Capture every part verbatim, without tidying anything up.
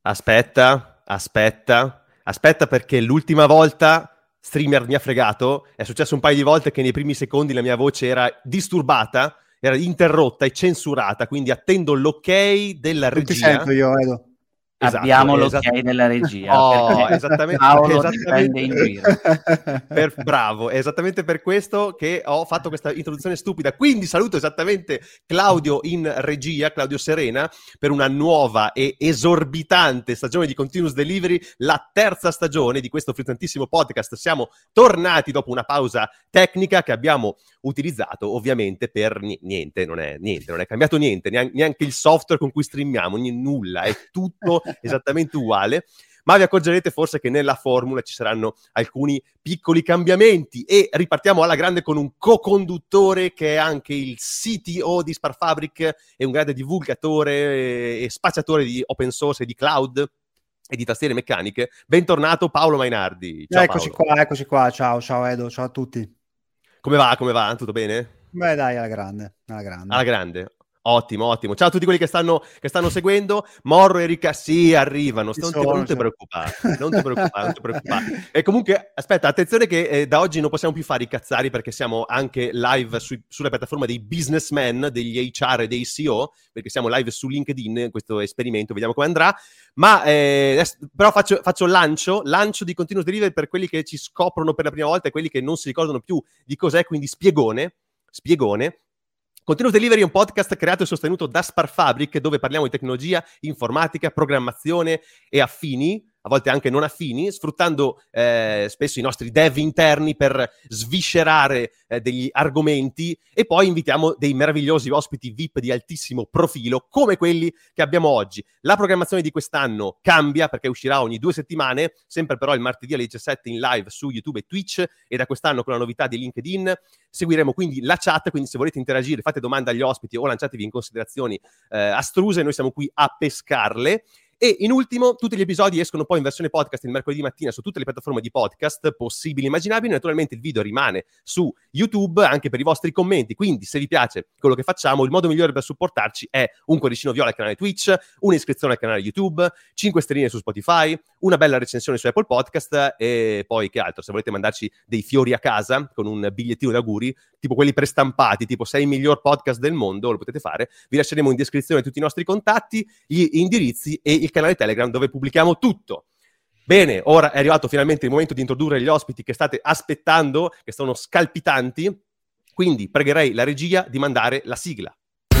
Aspetta, aspetta, aspetta perché l'ultima volta Streamer mi ha fregato, è successo un paio di volte che nei primi secondi la mia voce era disturbata, era interrotta e censurata, quindi attendo l'ok della Non regia. ti sento io, Edo. Esatto, Abbiamo l'ok esat- della regia, Oh, perché esattamente, Paolo ti esattamente. prende in giro. Per, bravo, è esattamente per questo che ho fatto questa introduzione stupida. Quindi saluto esattamente Claudio in regia, Claudio Serena, per una nuova e esorbitante stagione di Continuous Delivery, la terza stagione di questo frizzantissimo podcast. Siamo tornati dopo una pausa tecnica che abbiamo utilizzato ovviamente per ni- niente, non è niente, non è cambiato niente, neanche, neanche il software con cui streamiamo, n- nulla, è tutto esattamente uguale. Ma vi accorgerete forse che nella formula ci saranno alcuni piccoli cambiamenti e ripartiamo alla grande con un co-conduttore che è anche il C T O di Sparfabric e un grande divulgatore e spacciatore di open source e di cloud e di tastiere meccaniche. Bentornato Paolo Mainardi. Ciao, eccoci Paolo. qua, eccoci qua. Ciao, ciao Edo, ciao a tutti. Come va? Come va? Tutto bene? Beh, dai, alla grande, alla grande. Alla grande. Ottimo, ottimo. Ciao a tutti quelli che stanno, che stanno seguendo. Morro e Ricca, sì, arrivano. Non ti, non ti preoccupare, non ti preoccupare, non ti preoccupare. E comunque, aspetta, attenzione che eh, da oggi non possiamo più fare i cazzari perché siamo anche live su, sulla piattaforma dei businessmen, degli H R e dei C E O, perché siamo live su LinkedIn, questo esperimento, vediamo come andrà. Ma eh, adesso, però faccio, faccio lancio, lancio di Continuous Delivery per quelli che ci scoprono per la prima volta e quelli che non si ricordano più di cos'è, quindi spiegone, spiegone. Continuous Delivery è un podcast creato e sostenuto da Sparfabric, dove parliamo di tecnologia, informatica, programmazione e affini, a volte anche non affini, sfruttando eh, spesso i nostri dev interni per sviscerare eh, degli argomenti, e poi invitiamo dei meravigliosi ospiti V I P di altissimo profilo, come quelli che abbiamo oggi. La programmazione di quest'anno cambia perché uscirà ogni due settimane, sempre però il martedì alle diciassette in live su YouTube e Twitch, e da quest'anno con la novità di LinkedIn. Seguiremo quindi la chat, quindi se volete interagire fate domande agli ospiti o lanciatevi in considerazioni eh, astruse, noi siamo qui a pescarle. E in ultimo, tutti gli episodi escono poi in versione podcast il mercoledì mattina su tutte le piattaforme di podcast possibili e immaginabili. Naturalmente il video rimane su YouTube anche per i vostri commenti, quindi se vi piace quello che facciamo, il modo migliore per supportarci è un cuoricino viola al canale Twitch, un'iscrizione al canale YouTube, cinque stelline su Spotify, una bella recensione su Apple Podcast e poi che altro, se volete mandarci dei fiori a casa con un bigliettino d'auguri, tipo quelli prestampati, tipo sei il miglior podcast del mondo, lo potete fare. Vi lasceremo in descrizione tutti i nostri contatti, gli indirizzi e il canale Telegram dove pubblichiamo tutto. Bene, ora è arrivato finalmente il momento di introdurre gli ospiti che state aspettando, che sono scalpitanti, quindi pregherei la regia di mandare la sigla.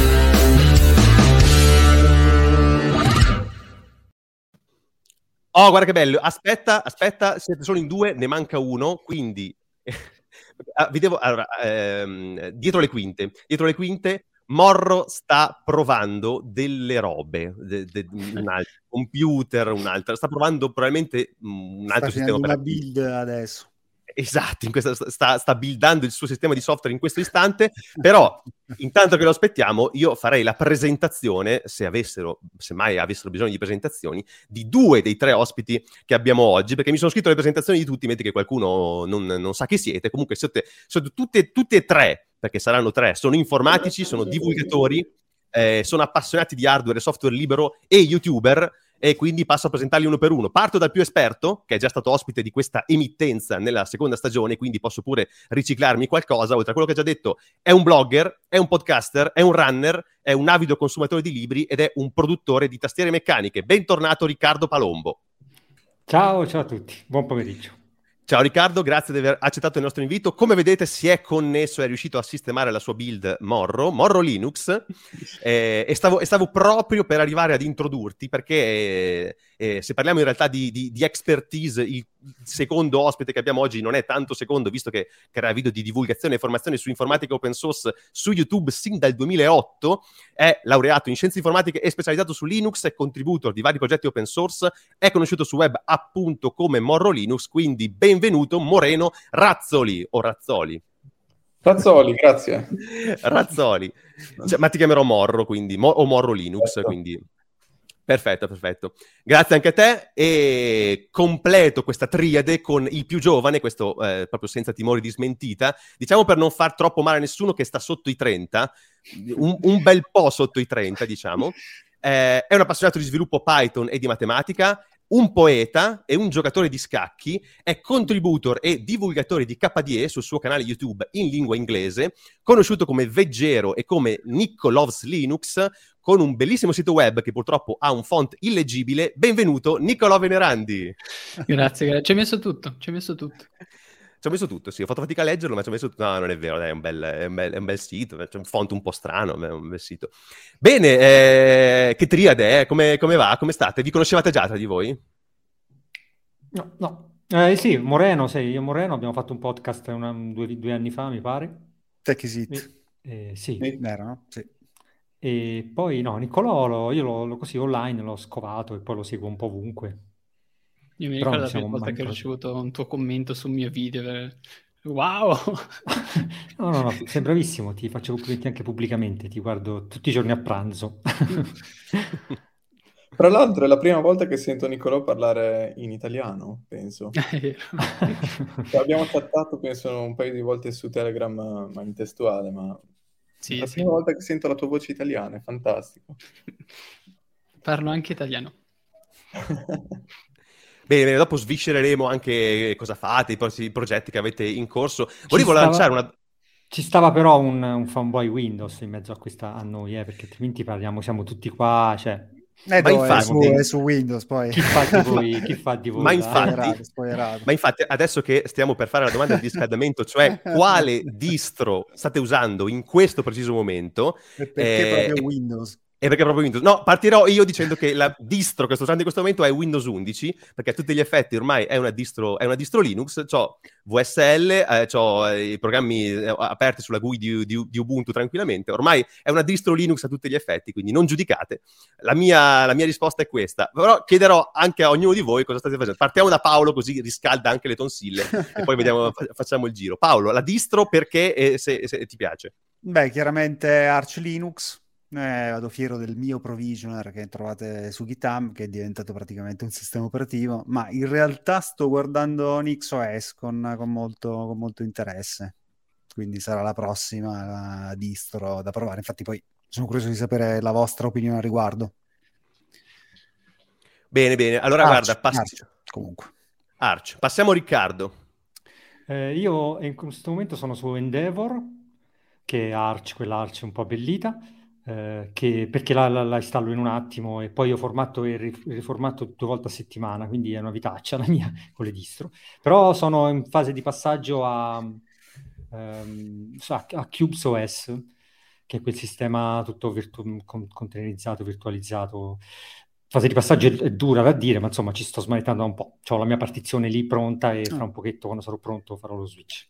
Oh, guarda che bello, aspetta, aspetta, siete solo in due, ne manca uno, quindi... Ah, vi devo, allora, ehm, dietro le quinte, dietro le quinte, Morro sta provando delle robe, de, de, un altro computer, un altro, sta provando probabilmente un altro sta sistema operativo. Una build adesso. Esatto, in questa, sta, sta buildando il suo sistema di software in questo istante, però intanto che lo aspettiamo io farei la presentazione, se avessero, se mai avessero bisogno di presentazioni, di due dei tre ospiti che abbiamo oggi, perché mi sono scritto le presentazioni di tutti, metti che qualcuno non, non sa chi siete, comunque siete, siete tutte, tutte e tre, perché saranno tre, sono informatici, sono divulgatori, eh, sono appassionati di hardware e software libero e youtuber, e quindi passo a presentarli uno per uno. Parto dal più esperto, che è già stato ospite di questa emittenza nella seconda stagione, quindi posso pure riciclarmi qualcosa, oltre a quello che ho già detto. È un blogger, è un podcaster, è un runner, è un avido consumatore di libri ed è un produttore di tastiere meccaniche. Bentornato Riccardo Palombo. Ciao, ciao a tutti, buon pomeriggio. Ciao Riccardo, grazie di aver accettato il nostro invito. Come vedete si è connesso e è riuscito a sistemare la sua build Morro, Morro Linux, eh, e, stavo, e stavo proprio per arrivare ad introdurti perché eh, eh, se parliamo in realtà di, di, di expertise, il secondo ospite che abbiamo oggi non è tanto secondo, visto che crea video di divulgazione e formazione su informatica open source su YouTube sin dal duemilaotto, è laureato in scienze informatiche e specializzato su Linux, è contributor di vari progetti open source, è conosciuto su web appunto come Morro Linux, quindi benvenuto Moreno Razzoli o Razzoli. Razzoli, grazie. Razzoli, cioè, ma ti chiamerò Morro quindi, Mo- o Morro Linux, certo. Quindi perfetto, perfetto. Grazie anche a te e completo questa triade con il più giovane, questo eh, proprio senza timori di smentita, diciamo per non far troppo male a nessuno che sta sotto i trenta, un, un bel po' sotto i trenta diciamo. eh, è un appassionato di sviluppo Python e di matematica, un poeta e un giocatore di scacchi, è contributor e divulgatore di K D E sul suo canale YouTube in lingua inglese, conosciuto come Veggero e come Nico Loves Linux, con un bellissimo sito web che purtroppo ha un font illeggibile. Benvenuto Nicolò Venerandi. Grazie, grazie. Ci hai messo tutto, ci hai messo tutto. Ci ho messo tutto, sì, ho fatto fatica a leggerlo, ma ci ho messo tutto. No, non è vero, dai, è un bel, è un bel, è un bel sito, c'è un font un po' strano, è un bel sito. Bene, eh, che triade, eh? Come, come va? Come state? Vi conoscevate già tra di voi? No, no. Eh, sì, Moreno, sei io e Moreno abbiamo fatto un podcast una, due, due anni fa, mi pare. TechIsit. Eh, eh, sì. Sì, vero, no? Sì. E poi no, Niccolò, lo, io lo, lo così online l'ho scovato e poi lo seguo un po' ovunque. Io mi Però ricordo non la siamo prima volta mai che ho incrociati. ricevuto un tuo commento sul mio video. per- Wow! No, no, no, sei bravissimo, ti faccio complimenti anche pubblicamente, ti guardo tutti i giorni a pranzo. Tra l'altro è la prima volta che sento Nicolò parlare in italiano, penso. È vero. Cioè, abbiamo chattato, penso, un paio di volte su Telegram, ma in testuale, ma è Sì, la sì. prima volta che sento la tua voce italiana, è fantastico. Parlo anche italiano. Bene, bene, dopo sviscereremo anche cosa fate, i prossimi progetti che avete in corso. Ci Volevo stava, lanciare una... ci stava però un, un fanboy Windows in mezzo a questa a noi, eh, perché altrimenti parliamo, siamo tutti qua, cioè... Eh, Ma do, è, su, infatti- è su Windows poi. Chi fa di voi, chi fa di voi? Ma dai? infatti- Spoilerato, spoilerato. Ma infatti adesso che stiamo per fare la domanda di riscaldamento, cioè quale distro state usando in questo preciso momento, E perché eh, proprio e- Windows? e perché proprio Windows? No, partirò io dicendo che la distro che sto usando in questo momento è Windows undici, perché a tutti gli effetti ormai è una distro, è una distro Linux, c'ho V S L, eh, c'ho eh, i programmi eh, aperti sulla G U I di, di- di Ubuntu tranquillamente, ormai è una distro Linux a tutti gli effetti, quindi non giudicate. La mia, la mia risposta è questa, però chiederò anche a ognuno di voi cosa state facendo. Partiamo da Paolo, così riscalda anche le tonsille, e poi vediamo, fa- facciamo il giro. Paolo, la distro perché e se, se ti piace? Beh, chiaramente Arch Linux. Eh, vado fiero del mio provisioner che trovate su GitHub, che è diventato praticamente un sistema operativo, ma in realtà sto guardando NixOS con, con, molto, con molto interesse, quindi sarà la prossima la distro da provare. Infatti poi sono curioso di sapere la vostra opinione al riguardo. Bene, bene, allora Arch, guarda, passi... Arch, comunque. Arch. Passiamo a Riccardo. Eh, io in questo momento sono su Endeavor, che è Arch, quella Arch un po' abbellita, eh, che, perché la, la- la installo in un attimo e poi ho formato e ri- riformato due volte a settimana, quindi è una vitaccia la mia con le distro. Però sono in fase di passaggio a, ehm, a, a CubesOS, che è quel sistema tutto virtu- con- containerizzato, virtualizzato. Fase di passaggio è, è dura da dire, ma insomma ci sto smanettando da un po'. Ho la mia partizione lì pronta e fra un pochetto, quando sarò pronto, farò lo switch.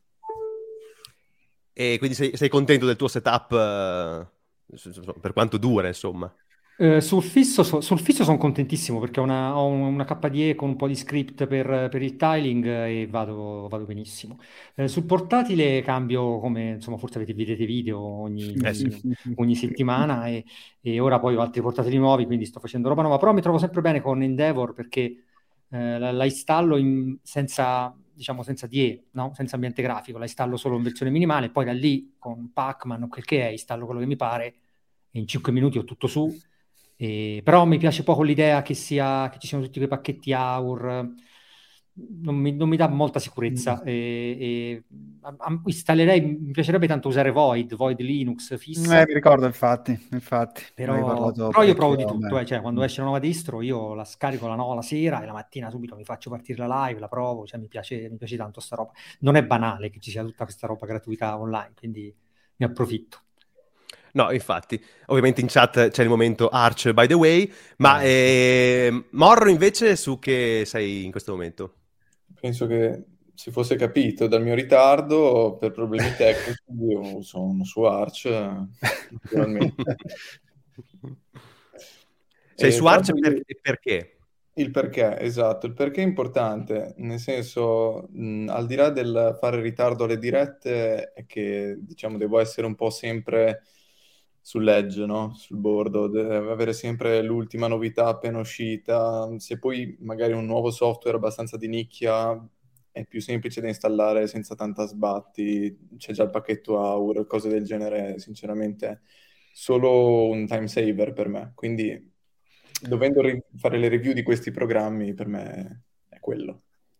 E quindi sei, sei contento del tuo setup eh, s- s- per quanto dura, insomma? Eh, sul fisso, so- sul fisso sono contentissimo perché ho una, ho una K D E con un po' di script per, per il tiling eh, e vado, vado benissimo. Eh, sul portatile cambio come, insomma, forse avete vedete video ogni, Eh sì. ogni settimana e, e ora poi ho altri portatili nuovi, quindi sto facendo roba nuova, però mi trovo sempre bene con Endeavor perché eh, la, la installo in- senza, diciamo, senza D E, no? Senza ambiente grafico, la installo solo in versione minimale, poi da lì con Pacman o quel che è, installo quello che mi pare e in cinque minuti ho tutto su. E- però mi piace poco l'idea che sia che ci siano tutti quei pacchetti A U R, non mi, non mi dà molta sicurezza. Mm. E, e a- a- installerei, mi piacerebbe tanto usare Void, Void Linux fissa, Eh, mi ricordo, infatti, infatti. Ne avevi però, parlato però io provo di parecchio, tutto, beh. eh, cioè quando Mm. esce una nuova distro io la scarico la, no, la sera e la mattina subito mi faccio partire la live, la provo, cioè mi piace, mi piace tanto sta roba. Non è banale che ci sia tutta questa roba gratuita online, quindi ne approfitto. No, infatti, ovviamente in chat c'è il momento Arch, by the way, ma Eh, eh, Morro invece su che sei in questo momento? Penso che si fosse capito dal mio ritardo, per problemi tecnici, io sono su Arch, naturalmente. Sei E su tra Arch l'altro per- io- e perché? Il perché, esatto, il perché è importante, nel senso, mh, al di là del fare ritardo alle dirette, è che, diciamo, devo essere un po' sempre sull'edge, no? Sul bordo, deve avere sempre l'ultima novità appena uscita. Se poi magari un nuovo software abbastanza di nicchia è più semplice da installare senza tanta sbatti, c'è già il pacchetto A U R, cose del genere, sinceramente solo un time saver per me, quindi dovendo ri- fare le review di questi programmi per me è quello.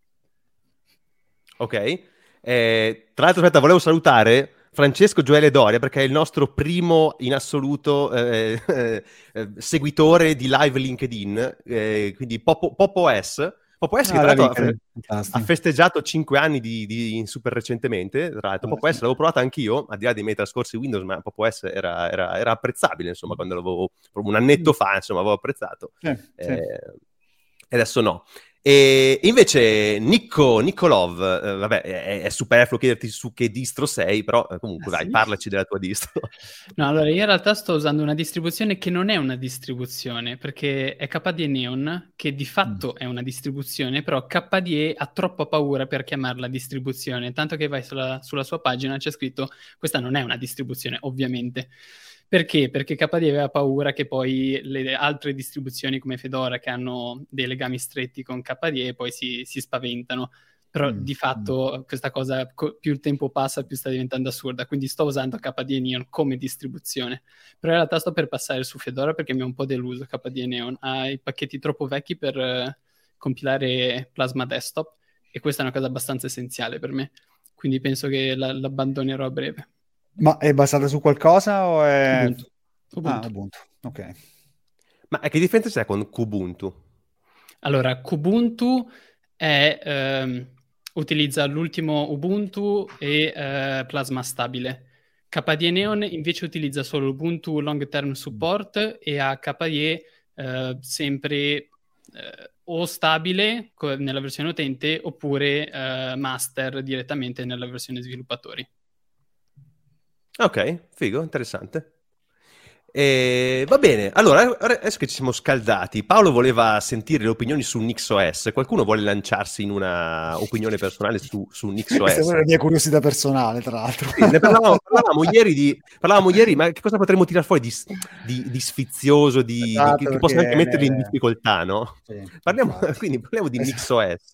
Ok. Eh, tra l'altro, aspetta, volevo salutare Francesco Gioele Doria perché è il nostro primo in assoluto eh, eh, eh, seguitore di live LinkedIn, eh, quindi Popo, Popo S. Popo S che Ah, tra da l'altro ha, LinkedIn, fe- ha fantastico. festeggiato cinque anni di, di- in super recentemente. Tra l'altro, Eh, Popo S sì. l'avevo provato anch'io, al di là dei miei trascorsi Windows, ma Popo S era, era- era apprezzabile, insomma, quando l'avevo proprio un annetto fa, insomma, avevo apprezzato. Sì, sì. Eh, e adesso no. E invece Nicco, Niccolov, eh, vabbè, è, è superfluo chiederti su che distro sei, però eh, comunque Ah, vai, sì? parlaci della tua distro. No, allora io in realtà sto usando una distribuzione che non è una distribuzione, perché è K D E Neon, che di fatto è una distribuzione, però K D E ha troppa paura per chiamarla distribuzione, tanto che vai sulla, sulla sua pagina, c'è scritto questa non è una distribuzione, ovviamente. Perché? Perché K D E aveva paura che poi le altre distribuzioni come Fedora, che hanno dei legami stretti con K D E, poi si, si spaventano. Però Mm, di fatto questa cosa, co- più il tempo passa, più sta diventando assurda. Quindi sto usando K D E Neon come distribuzione. Però in realtà sto per passare su Fedora perché mi è un po' deluso K D E Neon. Ha i pacchetti troppo vecchi per eh, compilare Plasma Desktop, e questa è una cosa abbastanza essenziale per me. Quindi penso che la- l'abbandonerò a breve. Ma è basata su qualcosa o è... Ubuntu. Ah, Ubuntu. Ubuntu, ok. Ma che differenza c'è con Kubuntu? Allora, Kubuntu è, ehm, utilizza l'ultimo Ubuntu e eh, Plasma stabile. K D E Neon invece utilizza solo Ubuntu Long Term Support e ha K D E eh, sempre eh, o stabile co- nella versione utente oppure eh, master direttamente nella versione sviluppatori. Ok, figo, interessante. E, va bene, allora adesso che ci siamo scaldati, Paolo voleva sentire le opinioni su NixOS. Qualcuno vuole lanciarsi in una opinione personale su, su Questa è NixOS? una mia curiosità personale, tra l'altro. Sì, ne parlavamo, parlavamo ieri di, parlavamo ieri, ma che cosa potremmo tirare fuori di, di, di sfizioso, di, di- che, Esatto, che possa anche perché metterli in ne- difficoltà, no? Sì, Parliamo, infatti. quindi parliamo di Esatto. NixOS.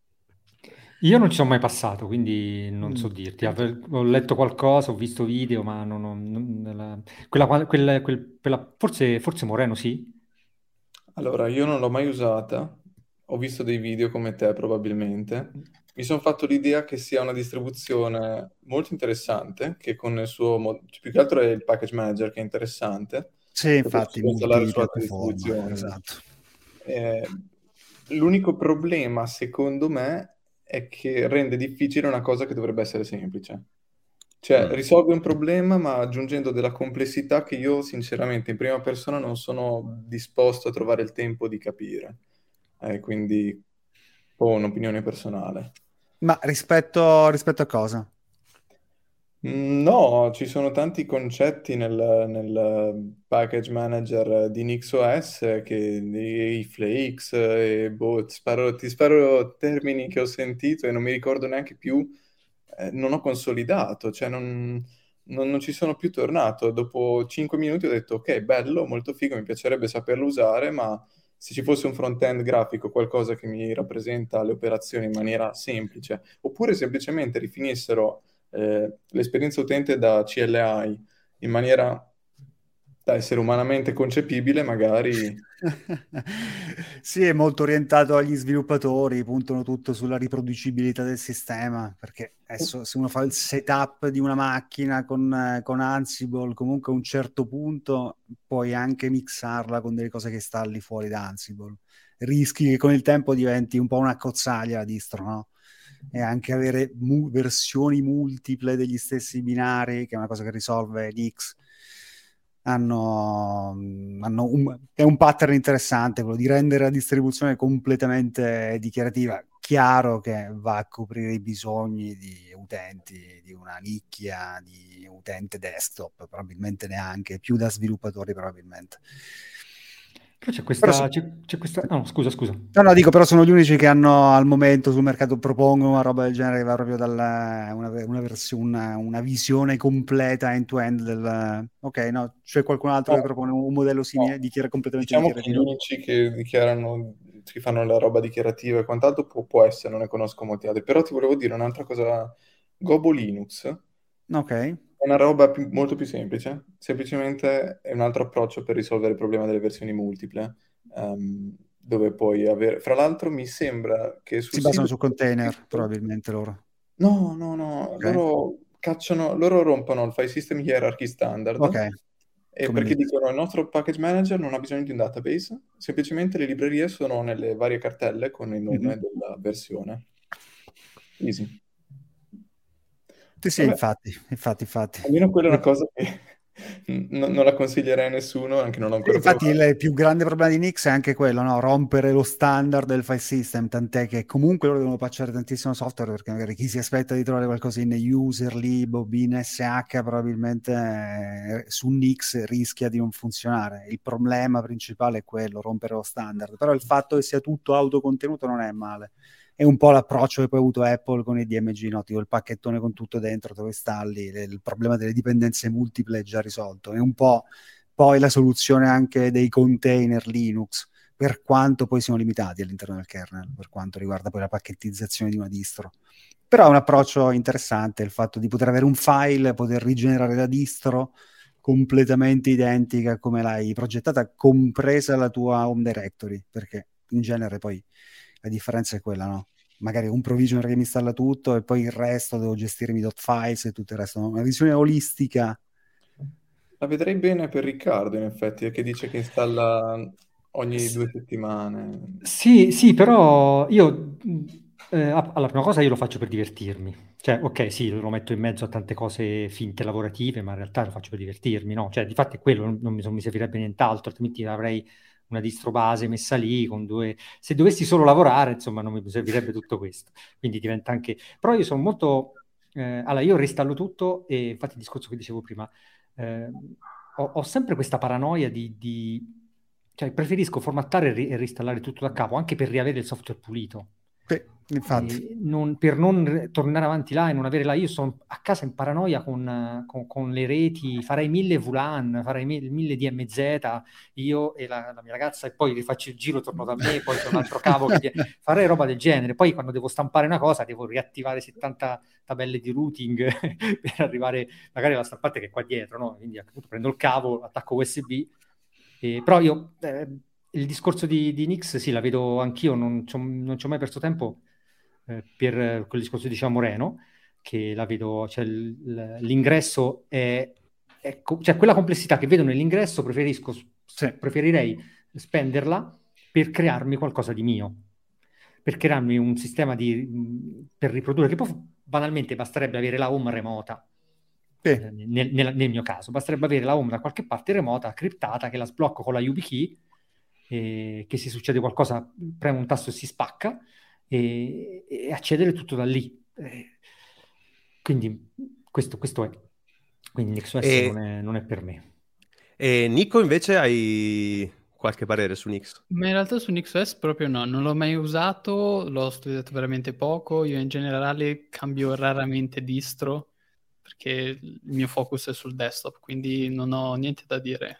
Io non ci sono mai passato, quindi non Mm. so dirti. Ave- Ho letto qualcosa, ho visto video, ma non ho... non- nella- quella, qua- quel- quel- quella- forse, forse Moreno sì? Allora, io non l'ho mai usata, ho visto dei video come te probabilmente. Mi sono fatto l'idea che sia una distribuzione molto interessante, che con il suo... mo- cioè, più che altro è il package manager che è interessante, Sì, che poi si infatti, può installare su altre multipiattaforma, distribuzioni. esatto. Eh, l'unico problema, secondo me, è che rende difficile una cosa che dovrebbe essere semplice. Cioè, Mm. risolve un problema, ma aggiungendo della complessità che io, sinceramente, in prima persona non sono disposto a trovare il tempo di capire. Eh, quindi, ho un'opinione personale. Ma rispetto, rispetto a cosa? Mm, No, ci sono tanti concetti nel, nel package manager di NixOS che i flakes e boh, ti sparo, ti sparo termini che ho sentito e non mi ricordo neanche più, eh, non ho consolidato, cioè non, non- non ci sono più tornato. Dopo cinque minuti ho detto ok, bello, molto figo, mi piacerebbe saperlo usare, ma se ci fosse un front-end grafico, qualcosa che mi rappresenta le operazioni in maniera semplice, oppure semplicemente rifinissero eh, l'esperienza utente da C L I in maniera da essere umanamente concepibile, magari... Sì, è molto orientato agli sviluppatori, puntano tutto sulla riproducibilità del sistema, perché adesso se uno fa il setup di una macchina con, eh, con Ansible, comunque a un certo punto puoi anche mixarla con delle cose che installi fuori da Ansible. Rischi che con il tempo diventi un po' una cozzaglia la distro, no? E anche avere mu- versioni multiple degli stessi binari, che è una cosa che risolve Nix. Hanno, hanno un, è un pattern interessante quello di rendere la distribuzione completamente dichiarativa. Chiaro che va a coprire i bisogni di utenti di una nicchia di utente desktop, probabilmente neanche più da sviluppatori, probabilmente. Però c'è Però questa... so- c'è, c'è questa... No, scusa, scusa. No, no, dico, però sono gli unici che hanno al momento sul mercato propongono una roba del genere che va proprio dalla una, una, versione, una, una visione completa end-to-end del... Ok, no, c'è qualcun altro No, che propone un modello simile, no. dichiara completamente Diciamo che gli dichiarativo? unici che dichiarano, che fanno la roba dichiarativa e quant'altro può, può essere, non ne conosco molti altri. Però ti volevo dire un'altra cosa. Gobo Linux Ok. è è una roba più- molto più semplice, semplicemente è un altro approccio per risolvere il problema delle versioni multiple, ehm, dove puoi avere... Fra l'altro mi sembra che sul Si basano sito... su container, probabilmente loro. No, no, no, Ok. loro cacciano, loro rompono il file system hierarchy standard. Ok. E Come perché Nix. dicono il nostro package manager non ha bisogno di un database, semplicemente le librerie sono nelle varie cartelle con il nome Mhm. della versione. Easy. Sì, sì, Vabbè, infatti, infatti, infatti. almeno quella è una cosa che n- non la consiglierei a nessuno, anche non l'ho ancora Infatti provato. il più grande problema di Nix è anche quello, no? Rompere lo standard del file system, tant'è che comunque loro devono patchare tantissimo software, perché magari chi si aspetta di trovare qualcosa in userlib o in S H probabilmente eh, su Nix rischia di non funzionare. Il problema principale è quello, rompere lo standard, però il fatto che sia tutto autocontenuto non è male. È un po' l'approccio che poi ha avuto Apple con i D M G, no? Tipo il pacchettone con tutto dentro dove installi, le- il problema delle dipendenze multiple è già risolto. È un po' poi la soluzione anche dei container Linux, per quanto poi siano limitati all'interno del kernel, per quanto riguarda poi la pacchettizzazione di una distro. Però è un approccio interessante il fatto di poter avere un file, poter rigenerare la distro completamente identica come l'hai progettata, compresa la tua home directory, perché in genere poi la differenza è quella, no? Magari un provisioner che mi installa tutto e poi il resto devo gestirmi dot files e tutto il resto. Una visione olistica. La vedrei bene per Riccardo, in effetti, che dice che installa ogni S- due settimane. Sì, sì, però io eh, alla prima cosa io lo faccio per divertirmi. Cioè, ok, sì, lo metto in mezzo a tante cose finte lavorative, ma in realtà lo faccio per divertirmi, no? Cioè, di fatto è quello, non, non mi, non mi servirebbe nient'altro, altrimenti avrei una distro base messa lì con due... Se dovessi solo lavorare, insomma, non mi servirebbe tutto questo. Quindi diventa anche... Però io sono molto... eh, allora, io ristallo tutto e infatti il discorso che dicevo prima, eh, ho, ho sempre questa paranoia di... di- cioè, preferisco formattare e, ri- e reinstallare tutto da capo, anche per riavere il software pulito. Sì, infatti. E non- per non re- tornare avanti là e non avere là. Io sono a casa in paranoia con, eh, con- con le reti, farei mille V LAN, farei mi- mille D M Z, io e la, la mia ragazza, e poi rifaccio il giro, torno da me, poi c'è un altro cavo che... vie- Farei roba del genere. Poi quando devo stampare una cosa, devo riattivare settanta tabelle di routing per arrivare magari alla stampante che è qua dietro, no? Quindi a quel punto prendo il cavo, attacco U S B. Eh, però io... eh, il discorso di, di Nix, sì, la vedo anch'io, non ci ho mai perso tempo eh, per eh, quel discorso di diciamo Reno, che la vedo, cioè l- l'ingresso è, è co- cioè quella complessità che vedo nell'ingresso preferisco, Sì. preferirei spenderla per crearmi qualcosa di mio, per crearmi un sistema di, mh, per riprodurre, che poi banalmente basterebbe avere la home remota. Sì. Eh, nel, nel- nel mio caso, basterebbe avere la home da qualche parte remota, criptata, che la sblocco con la YubiKey, e che se succede qualcosa premo un tasto e si spacca, e, e accedere tutto da lì. Eh, quindi questo, questo è. Quindi NixOS non E, è, non è per me. e Nico, invece, hai qualche parere su Nix? Ma in realtà su NixOS proprio no, non l'ho mai usato, l'ho studiato veramente poco, io in generale cambio raramente distro perché il mio focus è sul desktop, quindi non ho niente da dire.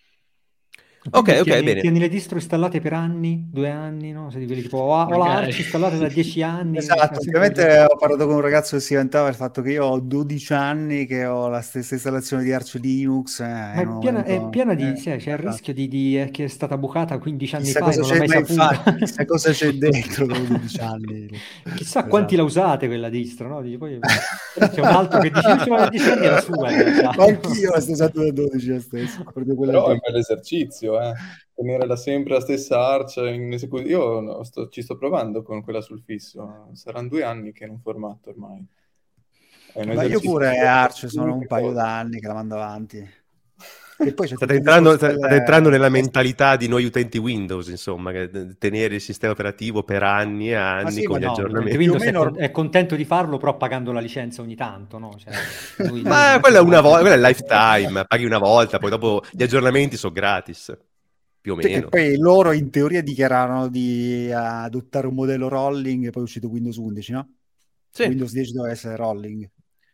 Ok, Quindi ok, tieni, bene. tieni le distro installate per anni, due anni, no? Sei di quelli tipo ho, ho Magari. l'Arch installata da dieci anni. Esatto, sempre ovviamente ho parlato con un ragazzo che si vantava del fatto che io ho dodici anni che ho la stessa installazione di Arch Linux eh, Ma in è un piena, è momento... piena di... eh, Sì, c'è il esatto. rischio di, di, eh, che è stata bucata quindici anni Chissà fa e cosa non l'ho c'è, mai ma saputo. infatti, chissà cosa c'è dentro dopo dodici anni. Chissà quanti la Esatto. usate quella distro, no? Dici, poi c'è un altro che dice l'ultima da dieci anni è la sua in realtà. Ma anch'io la sto usando da dodici la stessa, proprio quella Però è un lì. bel esercizio, eh. Tenere la- sempre la stessa arch in esecuzione. Io no, sto- ci sto provando con quella sul fisso. Saranno due anni che non formatto ormai. È un Ma io esercizio. pure Arch sono un paio d'anni che la mando avanti. Che poi c'è State tutto il entrando, discorso state entrando del... nella mentalità di noi utenti Windows, insomma, che tenere il sistema operativo per anni e Ma anni sì, con ma gli no, L'utente aggiornamenti. più o Windows è, meno... con- è contento di farlo, però pagando la licenza ogni tanto, no? Cioè, noi, noi non Ma è che quella è una siamo... volta, quella è lifetime, paghi una volta, poi dopo gli aggiornamenti sono gratis, più o Sì, che meno. poi loro in teoria dichiararono di adottare un modello rolling e poi è uscito Windows undici, no? Sì. Windows dieci doveva essere rolling.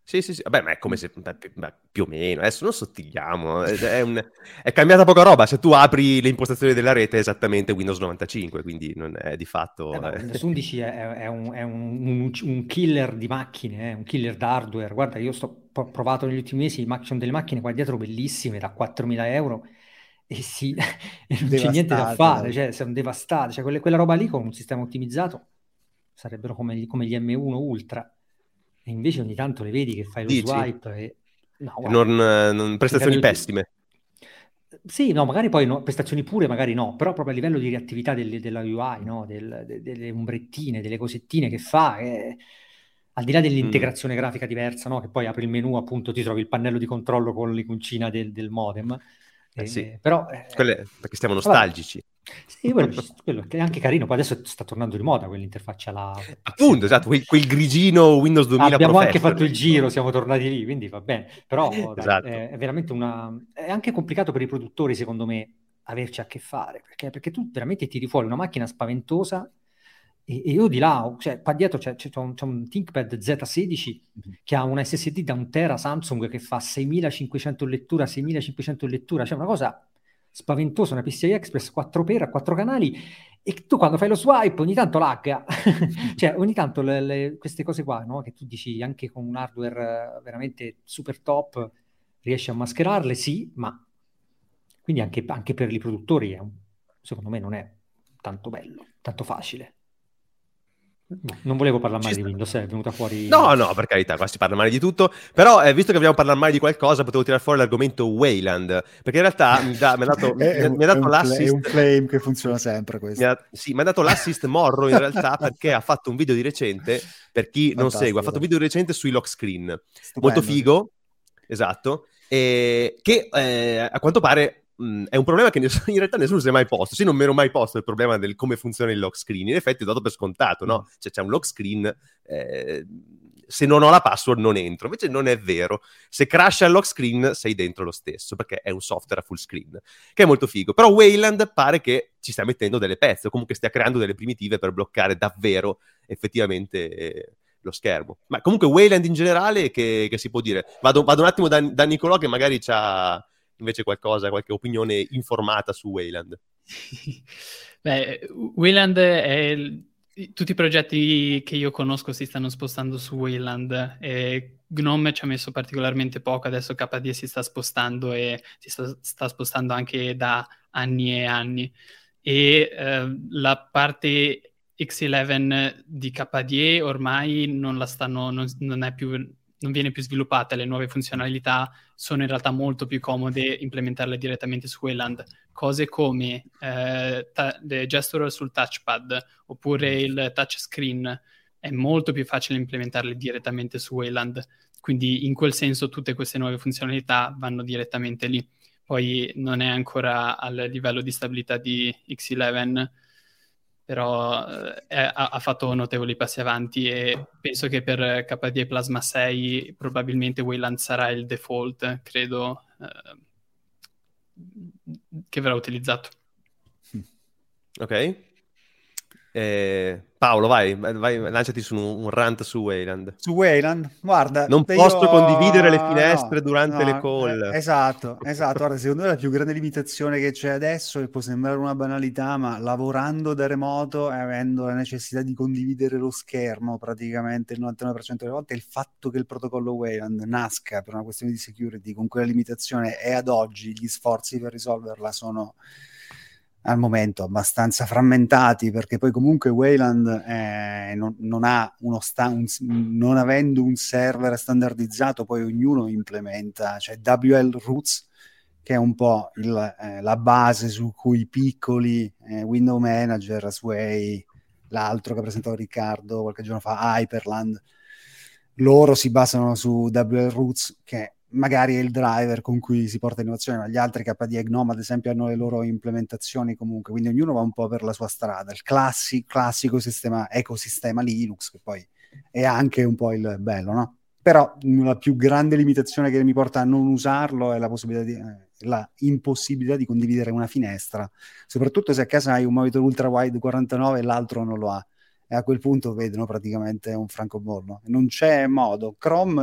Sì, sì, sì, vabbè, ma è come se, beh, pi- beh, più o meno, adesso non sottigliamo, è, è un- è cambiata poca roba, se tu apri le impostazioni della rete è esattamente Windows novantacinque, quindi non è di Eh, fatto... ma eh. Windows undici è, è- è un, è un- un- un killer di macchine, eh, un killer d'hardware. Guarda, io sto ho provato negli ultimi mesi, ma- ci sono delle macchine qua dietro bellissime da quattromila euro e, sì, e non c'è niente da Devastate, fare, dai. cioè sono devastate. Cioè, quelle- quella roba lì con un sistema ottimizzato sarebbero come, gli come gli M uno Ultra. E invece ogni tanto le vedi che fai lo Dici? swipe e... No, guarda, Non, eh, non- prestazioni livello di- pessime. Sì, no, magari poi no, prestazioni pure, magari no, però proprio a livello di reattività del- della U I, no? Del- de- delle ombrettine, delle cosettine che fa, eh, al di là Mm. dell'integrazione grafica diversa, no? Che poi apri il menu, appunto, ti trovi il pannello di controllo con l'iconcina del, del modem, Eh sì, eh, però... eh, Quelle- perché stiamo vabbè. nostalgici. Sì, quello, quello è anche carino, poi adesso sta tornando di moda quell'interfaccia là. Appunto, esatto, quel, quel grigino Windows duemila Abbiamo anche Professional. fatto il giro, siamo tornati lì, quindi va bene. Però dai, Esatto. è, è veramente una... È anche complicato per i produttori, secondo me, averci a che fare, perché, perché tu veramente tiri fuori una macchina spaventosa e, e io di là, cioè qua dietro c'è, c'è un, c'è un ThinkPad Z sedici che ha una S S D da un tera Samsung che fa seimilacinquecento lettura, seimilacinquecento lettura, cioè una cosa spaventosa, una P C I Express quattro per a quattro canali, e tu quando fai lo swipe ogni tanto lagga, cioè ogni tanto le, le, queste cose qua, no? Che tu dici anche con un hardware veramente super top riesci a mascherarle, sì, ma quindi anche, anche per i produttori è un, secondo me non è tanto bello, tanto facile. No, non volevo parlare male Ci di sta. Windows, è venuta fuori... No, no, per carità, qua si parla male di tutto, però eh, visto che dobbiamo parlare male di qualcosa, potevo tirare fuori l'argomento Wayland, perché in realtà mi, da, mi ha dato, mi, è, mi ha è dato un, l'assist... è un claim che funziona sempre Mi questo. ha, sì, mi ha dato l'assist Morro in realtà perché ha fatto un video di recente, per chi non Fantastico, segue, ha fatto un video di recente sui lock screen, Stupendo, molto figo, esatto, e che eh, a quanto pare mh, è un problema che nessuno, in realtà nessuno si è mai posto. Sì, non mi ero mai posto il problema del come funziona il lock screen, in effetti ho dato per scontato, no? Mm. Cioè c'è un lock screen, eh, se non ho la password non entro, invece non è vero, se crasha il lock screen sei dentro lo stesso, perché è un software a full screen, che è molto figo. Però Wayland pare che ci stia mettendo delle pezze, o comunque stia creando delle primitive per bloccare davvero effettivamente eh, lo schermo. Ma comunque Wayland in generale, che, che si può dire? Vado, vado un attimo da, da Nicolò che magari c'ha invece qualcosa, qualche opinione informata su Wayland. Beh, Wayland è... il... Tutti i progetti che io conosco si stanno spostando su Wayland e Gnome ci ha messo particolarmente poco, adesso K D E si sta spostando e si sta, sta spostando anche da anni e anni. E eh, la parte X undici di K D E ormai non la stanno, non, non è più, non viene più sviluppata, le nuove funzionalità sono in realtà molto più comode implementarle direttamente su Wayland. Cose come eh, ta- le gesture sul touchpad oppure il touchscreen è molto più facile implementarle direttamente su Wayland, quindi in quel senso tutte queste nuove funzionalità vanno direttamente lì. Poi non è ancora al livello di stabilità di X undici, però eh, è, ha, ha fatto notevoli passi avanti e penso che per K D E Plasma sei probabilmente Wayland sarà il default, credo, eh, che verrà utilizzato. Ok. Eh, Paolo, vai, vai, lanciati su un, un rant su Wayland. Su Wayland, guarda, non io... posso condividere le finestre no, durante no, le call. Eh, esatto, esatto. Guarda, secondo me la più grande limitazione che c'è adesso, e può sembrare una banalità, ma lavorando da remoto e avendo la necessità di condividere lo schermo praticamente il novantanove per cento delle volte, è il fatto che il protocollo Wayland nasca per una questione di security con quella limitazione, e ad oggi gli sforzi per risolverla sono al momento abbastanza frammentati, perché poi comunque Wayland eh, non, non ha uno sta- un, non avendo un server standardizzato, poi ognuno implementa, cioè W L Roots, che è un po' il, eh, la base su cui i piccoli eh, window manager, Sway, l'altro che ha presentato Riccardo qualche giorno fa, Hyperland, loro si basano su W L Roots, che magari è il driver con cui si porta innovazione, ma gli altri K D E, Gnome ad esempio, hanno le loro implementazioni comunque, quindi ognuno va un po' per la sua strada. Il classi- classico sistema, ecosistema Linux, che poi è anche un po' il bello, no? Però la più grande limitazione che mi porta a non usarlo è la possibilità di, eh, la impossibilità di condividere una finestra, soprattutto se a casa hai un monitor ultra wide quarantanove e l'altro non lo ha, e a quel punto vedono praticamente un francobollo. Non c'è modo. Chrome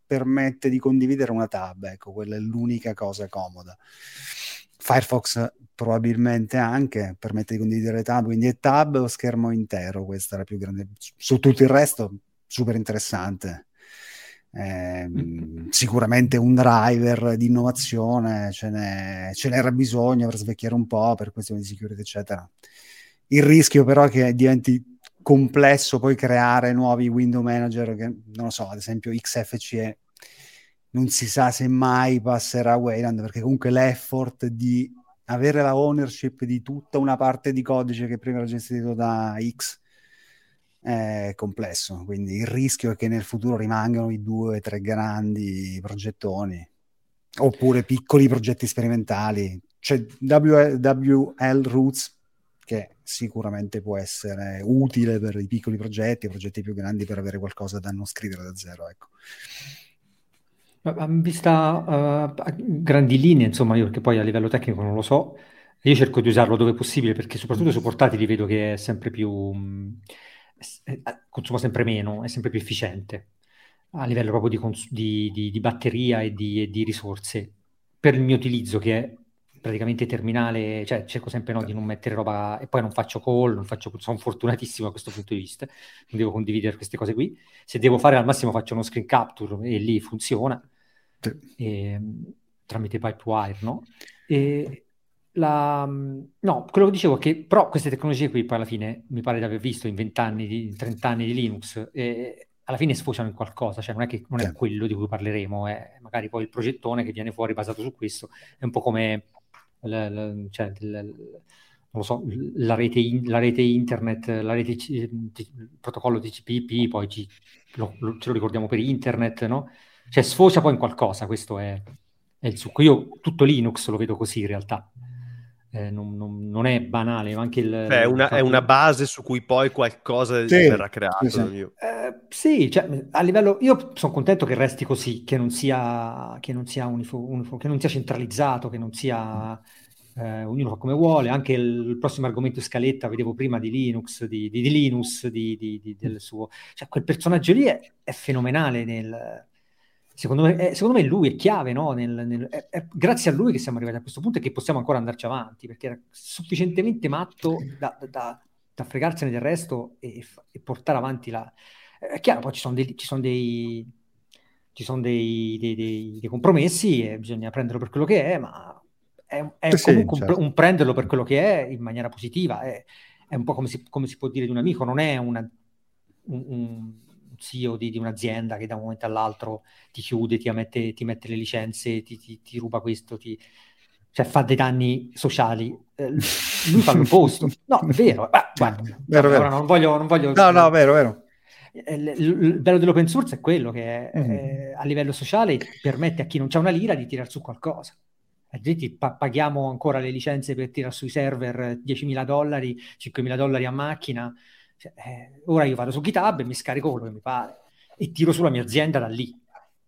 permette di condividere una tab, ecco, quella è l'unica cosa comoda. Firefox probabilmente anche permette di condividere tab, quindi è tab o schermo intero, questa è la più grande. Su tutto il resto super interessante. Eh, mm. Sicuramente un driver di innovazione ce, n'è, ce n'era bisogno per svecchiare un po' per questioni di security eccetera. Il rischio però è che diventi complesso poi creare nuovi window manager che, non lo so, ad esempio X F C E non si sa se mai passerà a Wayland, perché comunque l'effort di avere la ownership di tutta una parte di codice che prima era gestito da X è complesso, quindi il rischio è che nel futuro rimangano i due, tre grandi progettoni oppure piccoli progetti sperimentali. C'è W L Roots che sicuramente può essere utile per i piccoli progetti, i progetti più grandi per avere qualcosa da non scrivere da zero, ecco. Vista uh, a grandi linee, insomma, io che poi a livello tecnico non lo so, io cerco di usarlo dove possibile, perché soprattutto su portatili vedo che è sempre più mh, è, consuma sempre meno, è sempre più efficiente a livello proprio di, cons- di, di, di batteria e di, e di risorse. Per il mio utilizzo, che è praticamente terminale, cioè cerco sempre no, di non mettere roba, e poi non faccio call, non faccio, sono fortunatissimo da questo punto di vista, non devo condividere queste cose qui. Se devo fare al massimo faccio uno screen capture e lì funziona, sì. e, tramite Pipewire, no? E la, no, quello che dicevo è che però queste tecnologie qui poi alla fine mi pare di aver visto in vent'anni, di trent'anni di Linux, e alla fine sfociano in qualcosa, cioè non è che non è quello di cui parleremo, è magari poi il progettone che viene fuori basato su questo, è un po' come l, l, cioè, l, l, non lo so, la rete, in, la rete internet, la rete C, il protocollo T C P I P, poi ci, lo, lo, ce lo ricordiamo per internet, no? Cioè sfocia poi in qualcosa, questo è, è il succo. Io tutto Linux lo vedo così in realtà. Eh, non, non, non è banale, ma anche il... Beh, è, una, è una base su cui poi qualcosa sì, verrà creato. Sì, sì. Eh, sì, cioè, a livello... Io sono contento che resti così, che non sia, che non sia, unifo, unifo, che non sia centralizzato, che non sia... Eh, ognuno fa come vuole. Anche il, il prossimo argomento scaletta, vedevo prima di Linux, di, di, di Linus, di, di, di, del suo... Cioè, quel personaggio lì è, è fenomenale nel... Secondo me, è, secondo me lui è chiave, no? Nel, nel, è, è grazie a lui che siamo arrivati a questo punto e che possiamo ancora andarci avanti, perché era sufficientemente matto da, da, da fregarsene del resto e, e portare avanti la... È chiaro, poi ci sono dei, ci sono dei, ci sono dei, dei, dei, dei compromessi e bisogna prenderlo per quello che è, ma è, è sì, comunque certo. un, un prenderlo per quello che è in maniera positiva. È, è un po' come si, come si può dire di un amico, non è una... Un, un, C E O di, di un'azienda che da un momento all'altro ti chiude, ti mette, ti mette le licenze, ti, ti, ti ruba questo, ti... cioè fa dei danni sociali. Eh, lui fa l'opposto. No, è vero. Beh, guarda, vero, vero. Non voglio, non voglio... No, no, vero, vero. Il, il, il bello dell'open source è quello che è, mm. eh, a livello sociale permette a chi non c'ha una lira di tirar su qualcosa. Altrimenti pa- paghiamo ancora le licenze per tirare sui server diecimila dollari, cinquemila dollari a macchina. Cioè, eh, ora io vado su GitHub e mi scarico quello che mi pare e tiro sulla mia azienda da lì.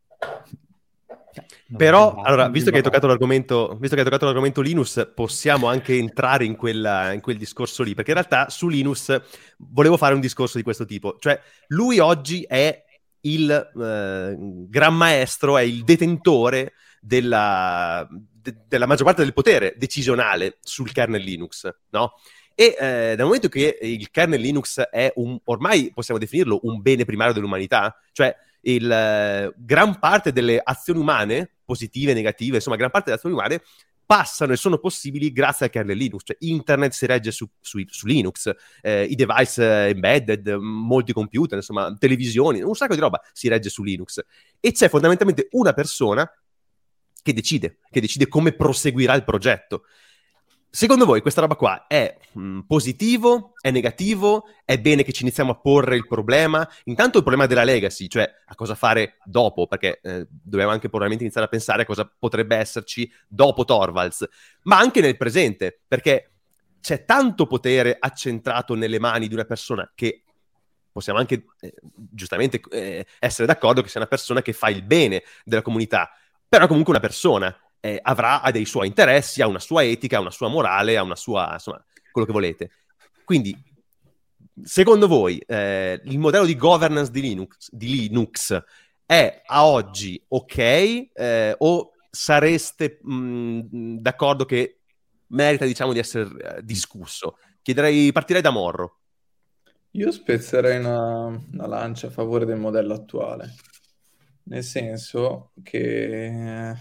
Cioè, però, va, allora, visto che, hai toccato l'argomento, visto che hai toccato l'argomento Linus, possiamo anche entrare in, quella, in quel discorso lì, perché in realtà su Linus volevo fare un discorso di questo tipo. Cioè, lui oggi è il eh, gran maestro, è il detentore della, de, della maggior parte del potere decisionale sul kernel Linux, no? E eh, dal momento che il kernel Linux è un, ormai possiamo definirlo un bene primario dell'umanità, cioè il, eh, gran parte delle azioni umane, positive, negative, insomma gran parte delle azioni umane passano e sono possibili grazie al kernel Linux, cioè internet si regge su, su, su Linux, eh, i device embedded, molti computer, insomma televisioni, un sacco di roba si regge su Linux e c'è fondamentalmente una persona che decide, che decide come proseguirà il progetto. Secondo voi questa roba qua è mh, positivo, è negativo, è bene che ci iniziamo a porre il problema? Intanto il problema della legacy, cioè a cosa fare dopo, perché eh, dobbiamo anche probabilmente iniziare a pensare a cosa potrebbe esserci dopo Torvalds, ma anche nel presente, perché c'è tanto potere accentrato nelle mani di una persona che possiamo anche eh, giustamente eh, essere d'accordo che sia una persona che fa il bene della comunità, però comunque una persona. Eh, avrà ha dei suoi interessi, ha una sua etica, ha una sua morale, ha una sua, insomma, quello che volete. Quindi, secondo voi, eh, il modello di governance di Linux, di Linux è a oggi ok, eh, o sareste mh, d'accordo che merita, diciamo, di essere eh, discusso? Chiederei, partirei da Morro. Io spezzerei una, una lancia a favore del modello attuale, nel senso che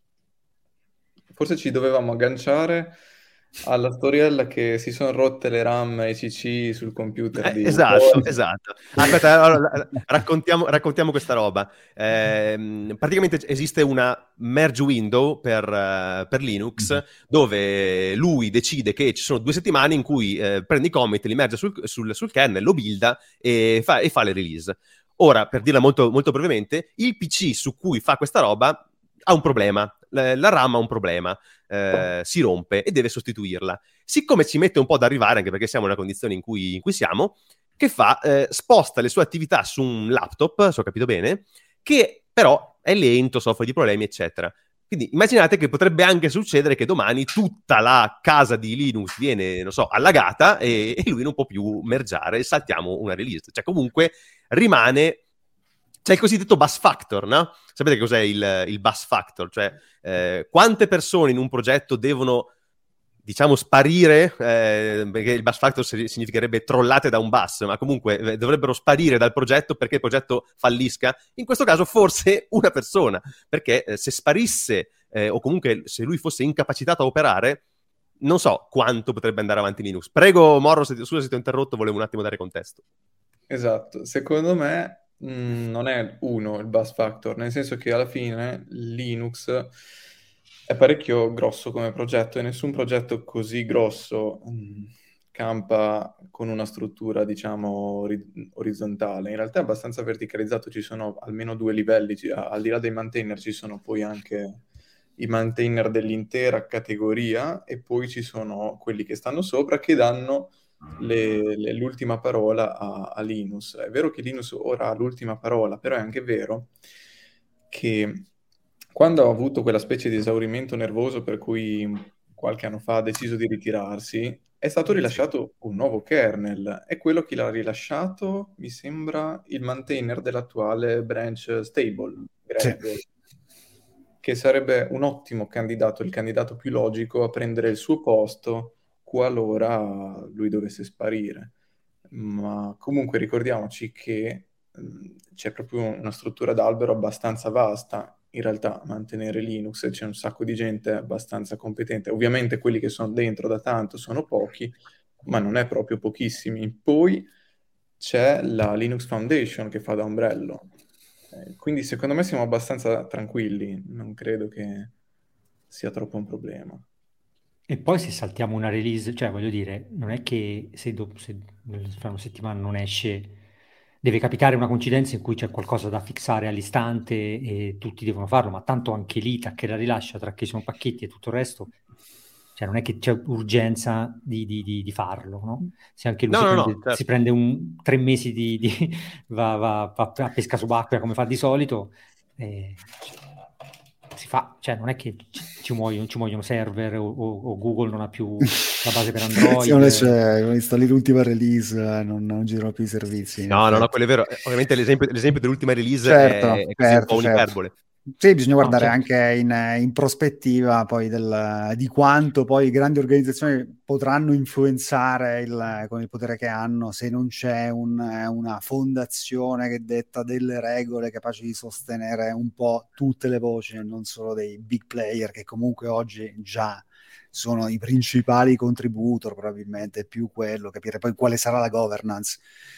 forse ci dovevamo agganciare alla storiella che si sono rotte le RAM e i C C sul computer Eh, di esatto, Paul. esatto. Aspetta, allora, raccontiamo, raccontiamo questa roba. Eh, praticamente esiste una merge window per, uh, per Linux, mm-hmm. dove lui decide che ci sono due settimane in cui eh, prende i commit, li merge sul, sul, sul kernel, lo builda e fa, e fa le release. Ora, per dirla molto, molto brevemente, il P C su cui fa questa roba ha un problema. La, la RAM ha un problema. Eh, si rompe e deve sostituirla. Siccome ci mette un po' ad arrivare, anche perché siamo nella condizione in cui, in cui siamo, che fa? Eh, sposta le sue attività su un laptop, se ho capito bene, che però è lento, soffre di problemi, eccetera. Quindi immaginate che potrebbe anche succedere che domani tutta la casa di Linux viene, non so, allagata e, e lui non può più mergiare e saltiamo una release. Cioè comunque rimane... C'è il cosiddetto bus factor, no? Sapete cos'è il, il bus factor? Cioè, eh, quante persone in un progetto devono, diciamo, sparire, eh, perché il bus factor significherebbe trollate da un bus, ma comunque eh, dovrebbero sparire dal progetto perché il progetto fallisca? In questo caso forse una persona, perché eh, se sparisse, eh, o comunque se lui fosse incapacitato a operare, non so quanto potrebbe andare avanti Linux. Prego, Morro, se, scusa se ti ho interrotto, volevo un attimo dare contesto. Esatto, secondo me Mm, non è uno il bus factor, nel senso che alla fine Linux è parecchio grosso come progetto e nessun progetto così grosso mm, campa con una struttura, diciamo, ori- orizzontale. In realtà è abbastanza verticalizzato, ci sono almeno due livelli, ci- al di là dei maintainer ci sono poi anche i maintainer dell'intera categoria e poi ci sono quelli che stanno sopra che danno Le, le, l'ultima parola a, a Linus. È vero che Linus ora ha l'ultima parola, però è anche vero che quando ha avuto quella specie di esaurimento nervoso per cui qualche anno fa ha deciso di ritirarsi, è stato rilasciato un nuovo kernel e quello che l'ha rilasciato mi sembra il maintainer dell'attuale branch stable, Greg, sì. Che sarebbe un ottimo candidato, il candidato più logico a prendere il suo posto qualora lui dovesse sparire. Ma comunque ricordiamoci che mh, c'è proprio una struttura d'albero abbastanza vasta. In realtà mantenere Linux c'è un sacco di gente abbastanza competente. Ovviamente quelli che sono dentro da tanto sono pochi, ma non è proprio pochissimi. Poi c'è la Linux Foundation che fa da ombrello. Eh, quindi secondo me siamo abbastanza tranquilli, non credo che sia troppo un problema. E poi se saltiamo una release, cioè voglio dire, non è che se, do, se fra una settimana non esce, deve capitare una coincidenza in cui c'è qualcosa da fissare all'istante e tutti devono farlo, ma tanto anche lì, che la rilascia, tra che sono pacchetti e tutto il resto, cioè non è che c'è urgenza di, di, di, di farlo, no? Se anche lui no, si, no, prende, no, certo. si prende un, tre mesi di, di va, va, va a pesca subacquea come fa di solito, eh, si fa, cioè non è che ci, ci, muoiono, ci muoiono server o, o, o Google non ha più la base per Android. Sì, non c'è, installi l'ultima release, non, non girano più i servizi. No, no, no, quello è vero. Ovviamente l'esempio, l'esempio dell'ultima release certo, è, è così certo, un po' un'iperbole. Certo. Sì, bisogna guardare no, certo. anche in, in prospettiva poi del, di quanto poi grandi organizzazioni potranno influenzare il, con il potere che hanno se non c'è un, una fondazione che detta delle regole capaci di sostenere un po' tutte le voci e non solo dei big player che comunque oggi già sono i principali contributor, probabilmente più quello, capire poi quale sarà la governance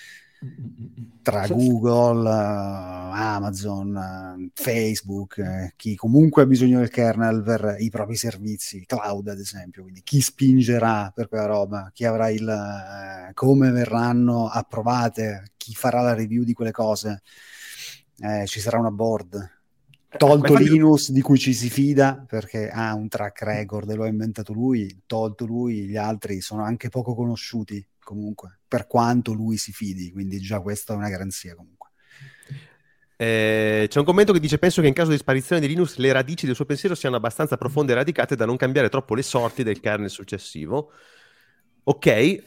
tra Google, uh, Amazon, uh, Facebook, eh, chi comunque ha bisogno del kernel per i propri servizi, cloud ad esempio, quindi chi spingerà per quella roba, chi avrà il uh, come verranno approvate, chi farà la review di quelle cose, eh, ci sarà una board. Tolto Linus di cui ci si fida perché ha un track record e lo ha inventato lui, tolto lui gli altri sono anche poco conosciuti comunque, per quanto lui si fidi, quindi già questa è una garanzia comunque. Eh, c'è un commento che dice: penso che in caso di sparizione di Linux le radici del suo pensiero siano abbastanza profonde e radicate da non cambiare troppo le sorti del kernel successivo. Ok,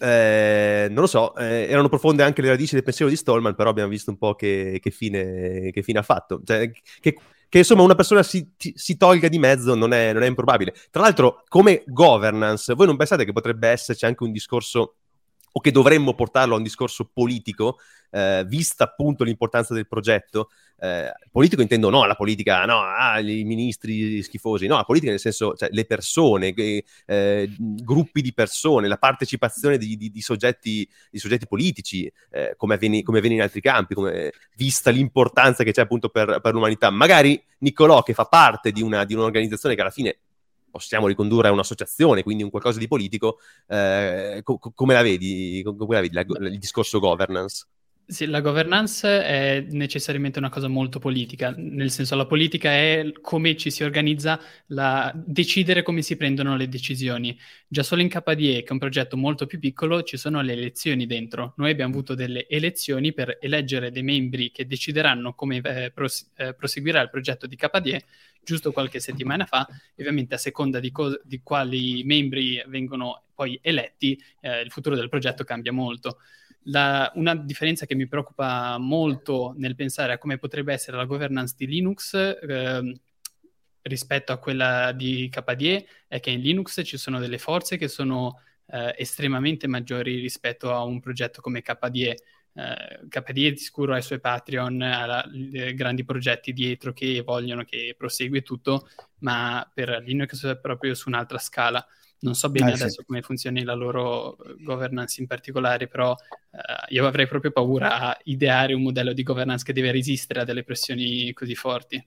eh, non lo so, eh, erano profonde anche le radici del pensiero di Stallman, però abbiamo visto un po' che, che, fine, che fine ha fatto. Cioè, che, che insomma una persona si, si tolga di mezzo non è, non è improbabile. Tra l'altro, come governance, voi non pensate che potrebbe esserci anche un discorso, o che dovremmo portarlo a un discorso politico, eh, vista appunto l'importanza del progetto? Eh, politico intendo no la politica, no, ah, i ministri schifosi, no, la politica nel senso, cioè, le persone, eh, gruppi di persone, la partecipazione di, di, di, soggetti, di soggetti politici, eh, come, avviene, come avviene in altri campi, come, vista l'importanza che c'è appunto per, per l'umanità. Magari Niccolò, che fa parte di, una, di un'organizzazione che alla fine possiamo ricondurre a un'associazione, quindi un qualcosa di politico, eh, co- come la vedi, come la vedi la, il discorso governance? Sì, la governance è necessariamente una cosa molto politica, nel senso la politica è come ci si organizza, la... decidere come si prendono le decisioni. Già solo in K D E, che è un progetto molto più piccolo, ci sono le elezioni dentro. Noi abbiamo avuto delle elezioni per eleggere dei membri che decideranno come eh, pros- eh, proseguirà il progetto di K D E, giusto qualche settimana fa. Ovviamente a seconda di, co- di quali membri vengono poi eletti, eh, il futuro del progetto cambia molto. La, una differenza che mi preoccupa molto nel pensare a come potrebbe essere la governance di Linux eh, rispetto a quella di K D E è che in Linux ci sono delle forze che sono eh, estremamente maggiori rispetto a un progetto come K D E. Uh, K D E di sicuro ha i suoi Patreon, ha la, i grandi progetti dietro che vogliono che prosegui tutto, ma per Linux è proprio su un'altra scala. Non so bene eh, adesso sì. come funzioni la loro governance in particolare, però uh, io avrei proprio paura a ideare un modello di governance che deve resistere a delle pressioni così forti.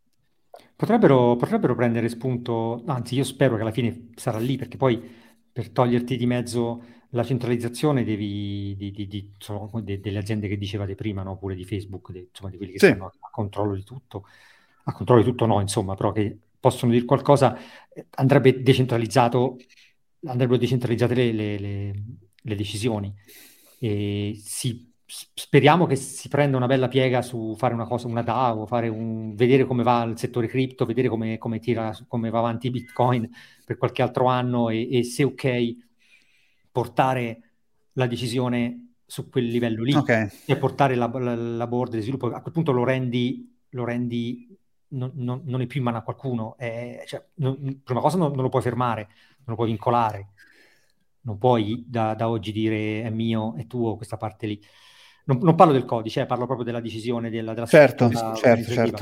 Potrebbero, potrebbero prendere spunto, anzi io spero che alla fine sarà lì, perché poi per toglierti di mezzo la centralizzazione devi di, di, di, insomma, de, delle aziende che dicevate prima, no? Pure di Facebook, de, insomma di quelli che sì. stanno a, a controllo di tutto, a controllo di tutto no, insomma, però che possono dire qualcosa, andrebbe decentralizzato, andrebbero decentralizzate le, le, le, le decisioni e si, speriamo che si prenda una bella piega su fare una cosa, una DAO, fare un, vedere come va il settore cripto, vedere come, come tira, come va avanti Bitcoin per qualche altro anno e, e se ok portare la decisione su quel livello lì okay. e portare la, la, la board di sviluppo, a quel punto lo rendi, lo rendi non, non, non è più in mano a qualcuno, è, cioè, non, prima cosa non, non lo puoi fermare, non lo puoi vincolare, non puoi da, da oggi dire è mio, è tuo, questa parte lì. Non, non parlo del codice, eh, parlo proprio della decisione, della, della certo, certo, certo.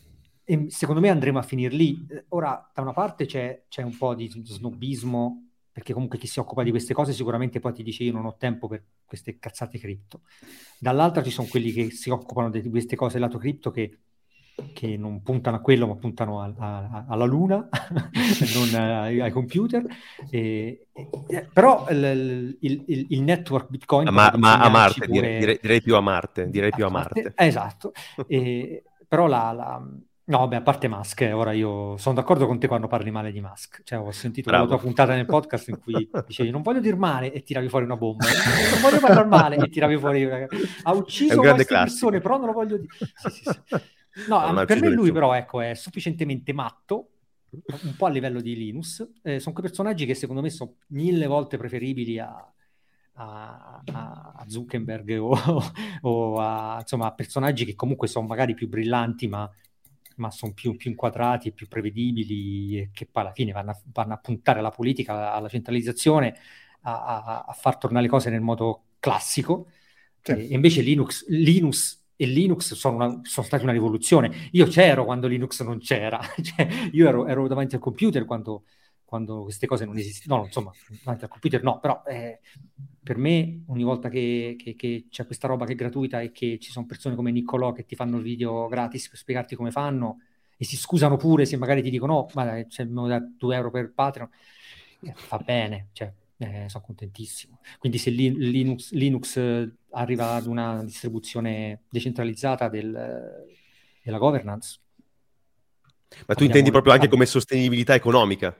E secondo me andremo a finire lì. Ora, da una parte c'è, c'è un po' di snobismo, perché comunque chi si occupa di queste cose sicuramente poi ti dice io non ho tempo per queste cazzate cripto. Dall'altra ci sono quelli che si occupano di queste cose lato cripto che, che non puntano a quello, ma puntano a, a, alla luna, non ai, ai computer. E, e, però il, il, il, il network Bitcoin... Ma, ma a Marte, pure... direi, direi più a Marte. Direi più a Marte. Marte. Esatto. E, però la... la No, beh, a parte Musk, eh, ora io sono d'accordo con te quando parli male di Musk. Cioè, ho sentito Bravo. la tua puntata nel podcast in cui dicevi non voglio dir male e tiravi fuori una bomba. Non voglio parlare male e tiravi fuori... Ha ucciso queste persone, però non lo voglio dire. Sì, sì, sì. No, no per me lui però, ecco, è sufficientemente matto, un po' a livello di Linus. Eh, sono quei personaggi che secondo me sono mille volte preferibili a... A, a Zuckerberg o, o a, insomma, a personaggi che comunque sono magari più brillanti, ma ma sono più, più inquadrati e più prevedibili e che poi alla fine vanno a, vanno a puntare alla politica, alla centralizzazione, a, a, a far tornare le cose nel modo classico. Sì. E, e invece Linux, Linux e Linux sono, una, sono stati una rivoluzione. Io c'ero quando Linux non c'era, cioè, io ero, ero davanti al computer quando, quando queste cose non esistevano, no, insomma, davanti al computer no, però eh, per me ogni volta che, che, che c'è questa roba che è gratuita e che ci sono persone come Niccolò che ti fanno il video gratis per spiegarti come fanno e si scusano pure se magari ti dicono no, ma c'è da due euro per Patreon, eh, fa bene, cioè eh, sono contentissimo. Quindi se li, Linux, Linux eh, arriva ad una distribuzione decentralizzata del, della governance. Ma tu intendi proprio anche come sostenibilità economica?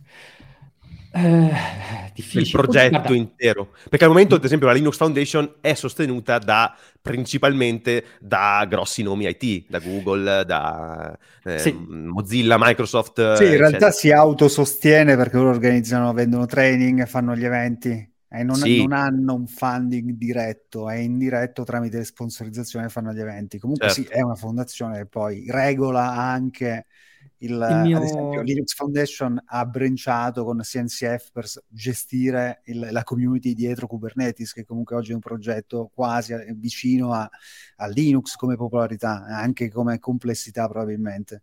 Eh, difficile. Il progetto intero, perché al momento ad esempio la Linux Foundation è sostenuta da principalmente da grossi nomi I T, da Google, da eh, sì. Mozilla, Microsoft. Sì, in realtà eccetera. Si autosostiene perché loro organizzano, vendono training, fanno gli eventi. E non, Sì. non hanno un funding diretto, è indiretto tramite le sponsorizzazioni che fanno gli eventi. Comunque Certo. sì, è una fondazione che poi regola anche il, Il mio- ad esempio Linux Foundation ha branciato con C N C F per s- gestire il- la community dietro Kubernetes, che comunque oggi è un progetto quasi a- vicino a, a Linux come popolarità, anche come complessità probabilmente.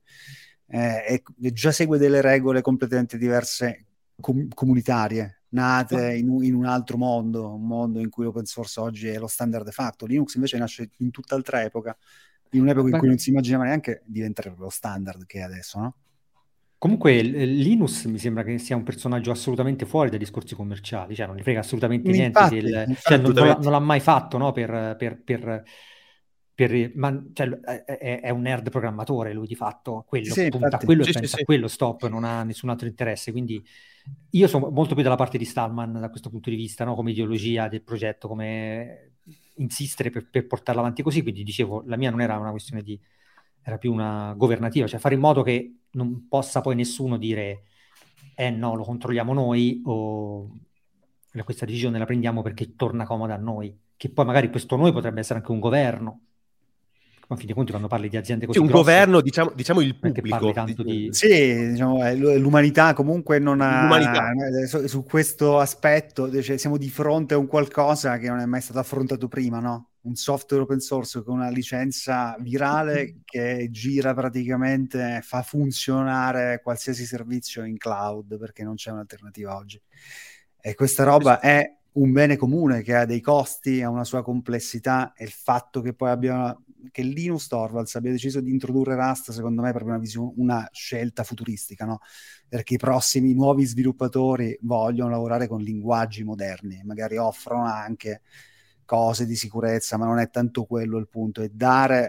Eh, e già segue delle regole completamente diverse com- comunitarie, nate in un, in un altro mondo, un mondo in cui l'open source oggi è lo standard de facto. Linux invece nasce in tutt'altra epoca, in un'epoca in Beh, cui non si immaginava neanche diventare lo standard che è adesso, no? Comunque il- il Linus mi sembra che sia un personaggio assolutamente fuori dai discorsi commerciali, cioè non gli frega assolutamente niente Infatti, del... infatti, cioè non, non l'ha, assolutamente. non l'ha mai fatto, no? Per, per, per, per- ma, cioè, è, è- è un nerd programmatore lui di fatto, quello, sì, punta a infatti. quello e Sì, sì, pensa sì. a quello, stop, non ha nessun altro interesse, quindi io sono molto più dalla parte di Stallman da questo punto di vista, no? Come ideologia del progetto, come insistere per, per portarla avanti così, quindi dicevo, la mia non era una questione di... era più una governativa, cioè fare in modo che non possa poi nessuno dire eh no, lo controlliamo noi o questa decisione la prendiamo perché torna comoda a noi, che poi magari questo noi potrebbe essere anche un governo. Ma a fin dei conti quando parli di aziende Sì, così un grosse, governo, diciamo, diciamo il non è che parli pubblico, tanto di... Sì, diciamo, eh, l- l'umanità comunque non l'umanità. ha, eh, su, su questo aspetto, cioè, siamo di fronte a un qualcosa che non è mai stato affrontato prima, no? Un software open source con una licenza virale che gira praticamente, fa funzionare qualsiasi servizio in cloud perché non c'è un'alternativa oggi. E questa roba è un bene comune che ha dei costi, ha una sua complessità, e il fatto che poi abbia che Linus Torvalds abbia deciso di introdurre Rust, secondo me è proprio una, visione, una scelta futuristica, no? Perché i prossimi nuovi sviluppatori vogliono lavorare con linguaggi moderni, magari offrono anche cose di sicurezza, ma non è tanto quello il punto, è dare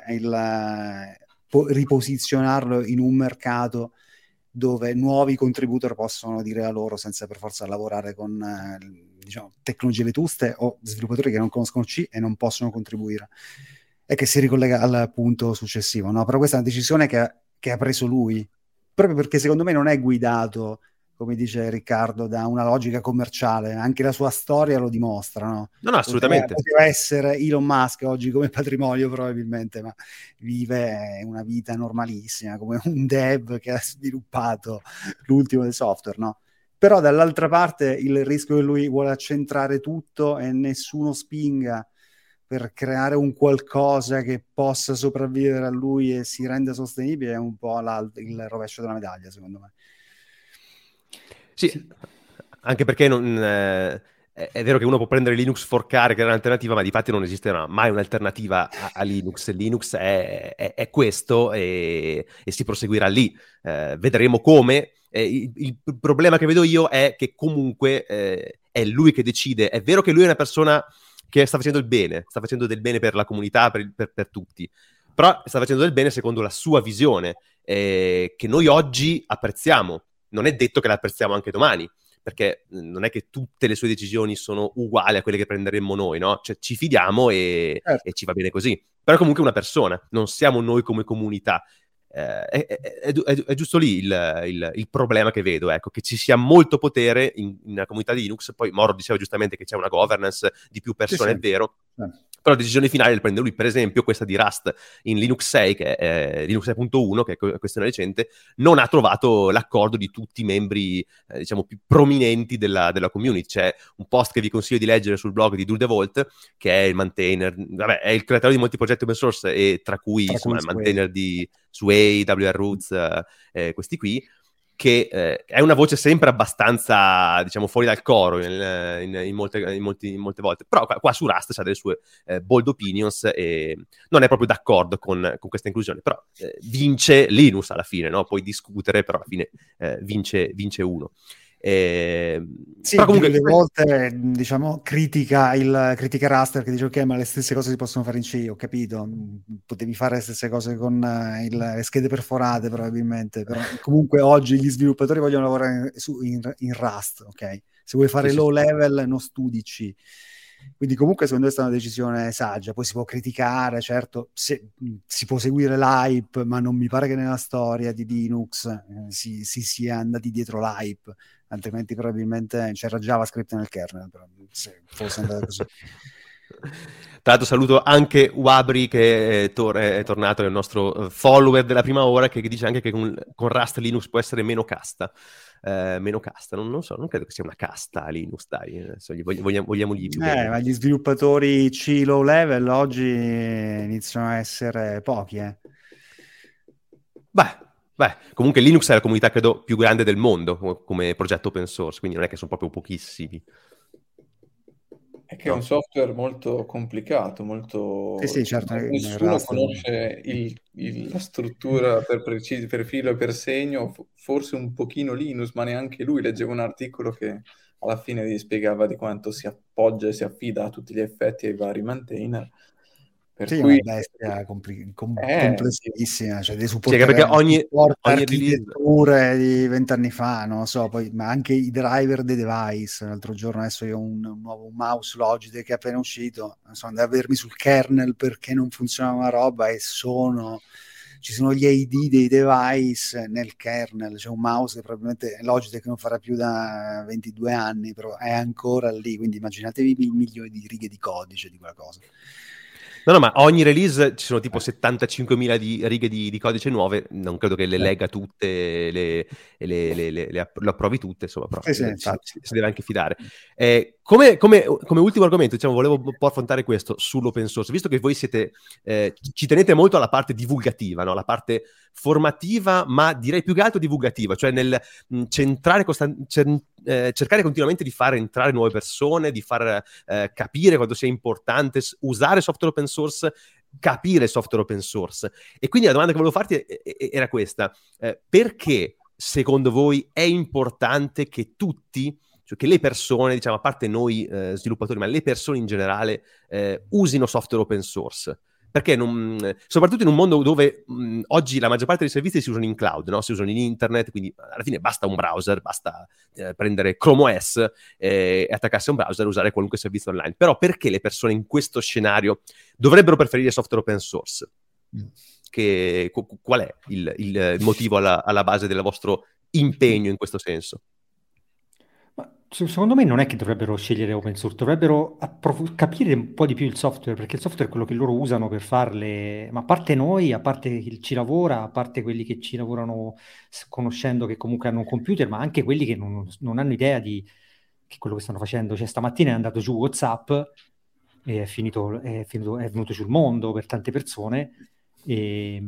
il po- riposizionarlo in un mercato dove nuovi contributor possono dire la loro senza per forza lavorare con eh, diciamo, tecnologie vetuste o sviluppatori che non conoscono C e non possono contribuire, e che si ricollega al punto successivo, no? Però questa è una decisione che, che ha preso lui, proprio perché secondo me non è guidato, come dice Riccardo, da una logica commerciale, anche la sua storia lo dimostra, no? No, no, assolutamente. Poteva, poteva essere Elon Musk oggi come patrimonio probabilmente, ma vive una vita normalissima, come un dev che ha sviluppato l'ultimo del software, no? Però dall'altra parte il rischio che lui vuole accentrare tutto e nessuno spinga per creare un qualcosa che possa sopravvivere a lui e si renda sostenibile è un po' il rovescio della medaglia, secondo me. Sì, Sì. anche perché non, eh, è, è vero che uno può prendere Linux Forcare che è un'alternativa, ma di fatti non esisterà mai un'alternativa a, a Linux. Linux è, è, è questo e, e si proseguirà lì. Eh, vedremo come. Eh, il, il problema che vedo io è che comunque eh, è lui che decide. È vero che lui è una persona che sta facendo il bene, sta facendo del bene per la comunità, per, per, per tutti, però sta facendo del bene secondo la sua visione, eh, che noi oggi apprezziamo. Non è detto che la apprezziamo anche domani, perché non è che tutte le sue decisioni sono uguali a quelle che prenderemmo noi, no? Cioè ci fidiamo e, certo. e ci va bene così. Però comunque è una persona, non siamo noi come comunità. Eh, è, è, è, è giusto lì il, il, il problema che vedo, ecco, che ci sia molto potere in, in una comunità di Linux. Poi Moro diceva giustamente che c'è una governance di più persone, Sì, è vero, sì. però la decisione finale le prende lui. Per esempio questa di Rust in Linux sei, che è eh, Linux sei punto uno, che è questione recente, non ha trovato l'accordo di tutti i membri eh, diciamo più prominenti della, della community. C'è un post che vi consiglio di leggere sul blog di DudeVault, che è il maintainer, vabbè, è il creatore di molti progetti open source, e tra cui Tra insomma cui il maintainer di Sway, W R Roots, eh, questi qui, che eh, è una voce sempre abbastanza, diciamo, fuori dal coro in, in, in, molte, in, molti, in molte volte, però qua, qua su Rust c'ha delle sue eh, bold opinions e non è proprio d'accordo con, con questa inclusione, però eh, vince Linus alla fine, no? Puoi discutere, però alla fine eh, vince, vince uno. Eh, sì, però comunque delle volte diciamo critica il critica Raster, che dice ok, ma le stesse cose si possono fare in C, ho capito, potevi fare le stesse cose con uh, il, le schede perforate probabilmente, però comunque oggi gli sviluppatori vogliono lavorare su, in, in Rust, ok? Se vuoi fare sì, low sì, level non studi C. Quindi comunque secondo me è stata una decisione saggia. Poi si può criticare, certo, se, si può seguire l'hype, ma non mi pare che nella storia di Linux eh, si, si sia andati dietro l'hype, altrimenti probabilmente c'era JavaScript nel kernel, però, se fosse andato così. Tra l'altro saluto anche Wabri che è, tor- è tornato, è il nostro follower della prima ora, che dice anche che con, con Rust Linux può essere meno casta. Uh, meno casta, non, non so, non credo che sia una casta Linux, dai, adesso gli vogliamo, vogliamo, vogliamogli più bene. Eh, ma gli sviluppatori C low level oggi iniziano a essere pochi, eh. Beh, beh, comunque Linux è la comunità credo più grande del mondo come, come progetto open source, quindi non è che sono proprio pochissimi. È che No. è un software molto complicato, molto... Sì, sì, certo. Nessuno conosce il, il, la struttura per, preciso, per filo e per segno, forse un pochino Linus, ma neanche lui. Leggevo un articolo che alla fine gli spiegava di quanto si appoggia e si affida a tutti gli effetti ai vari maintainer. Per sì, cui... è una bestia compl- com- eh, complessissima, cioè dei sì, perché ogni, ogni architetture release... di vent'anni fa, non lo so, poi, ma anche i driver dei device. L'altro giorno adesso io ho un, un nuovo mouse Logitech che è appena uscito, sono andato a vedermi sul kernel perché non funziona una roba e sono... ci sono gli I D dei device nel kernel, c'è un mouse che probabilmente Logitech non farà più da ventidue anni, però è ancora lì, quindi immaginatevi milioni di righe di codice di quella cosa. No, no, ma ogni release ci sono tipo settantacinquemila di righe di, di codice nuove, non credo che le legga tutte, le, le, le, le, le, le approvi tutte, insomma, però eh sì, si, si deve anche fidare. Eh, come, come, come ultimo argomento, diciamo, volevo un po' affrontare questo sull'open source, visto che voi siete, eh, ci tenete molto alla parte divulgativa, no? La parte formativa, ma direi più che altro divulgativa, cioè nel mh, centrare costan- cer- eh, cercare continuamente di far entrare nuove persone, di far eh, capire quanto sia importante usare software open source, capire software open source. E quindi la domanda che volevo farti era questa: eh, perché secondo voi è importante che tutti, cioè che le persone, diciamo, a parte noi eh, sviluppatori, ma le persone in generale eh, usino software open source? Perché non, soprattutto in un mondo dove mh, oggi la maggior parte dei servizi si usano in cloud, no? Si usano in internet, quindi alla fine basta un browser, basta eh, prendere Chrome O S eh, e attaccarsi a un browser e usare qualunque servizio online. Però perché le persone in questo scenario dovrebbero preferire software open source? Che, qual è il, il motivo alla, alla base del vostro impegno in questo senso? Ma secondo me non è che dovrebbero scegliere open source, dovrebbero approf- capire un po' di più il software, perché il software è quello che loro usano per farle, ma a parte noi, a parte chi ci lavora, a parte quelli che ci lavorano conoscendo che comunque hanno un computer, ma anche quelli che non, non hanno idea di che quello che stanno facendo. Cioè stamattina è andato giù WhatsApp e è finito, è finito, è venuto sul mondo per tante persone e,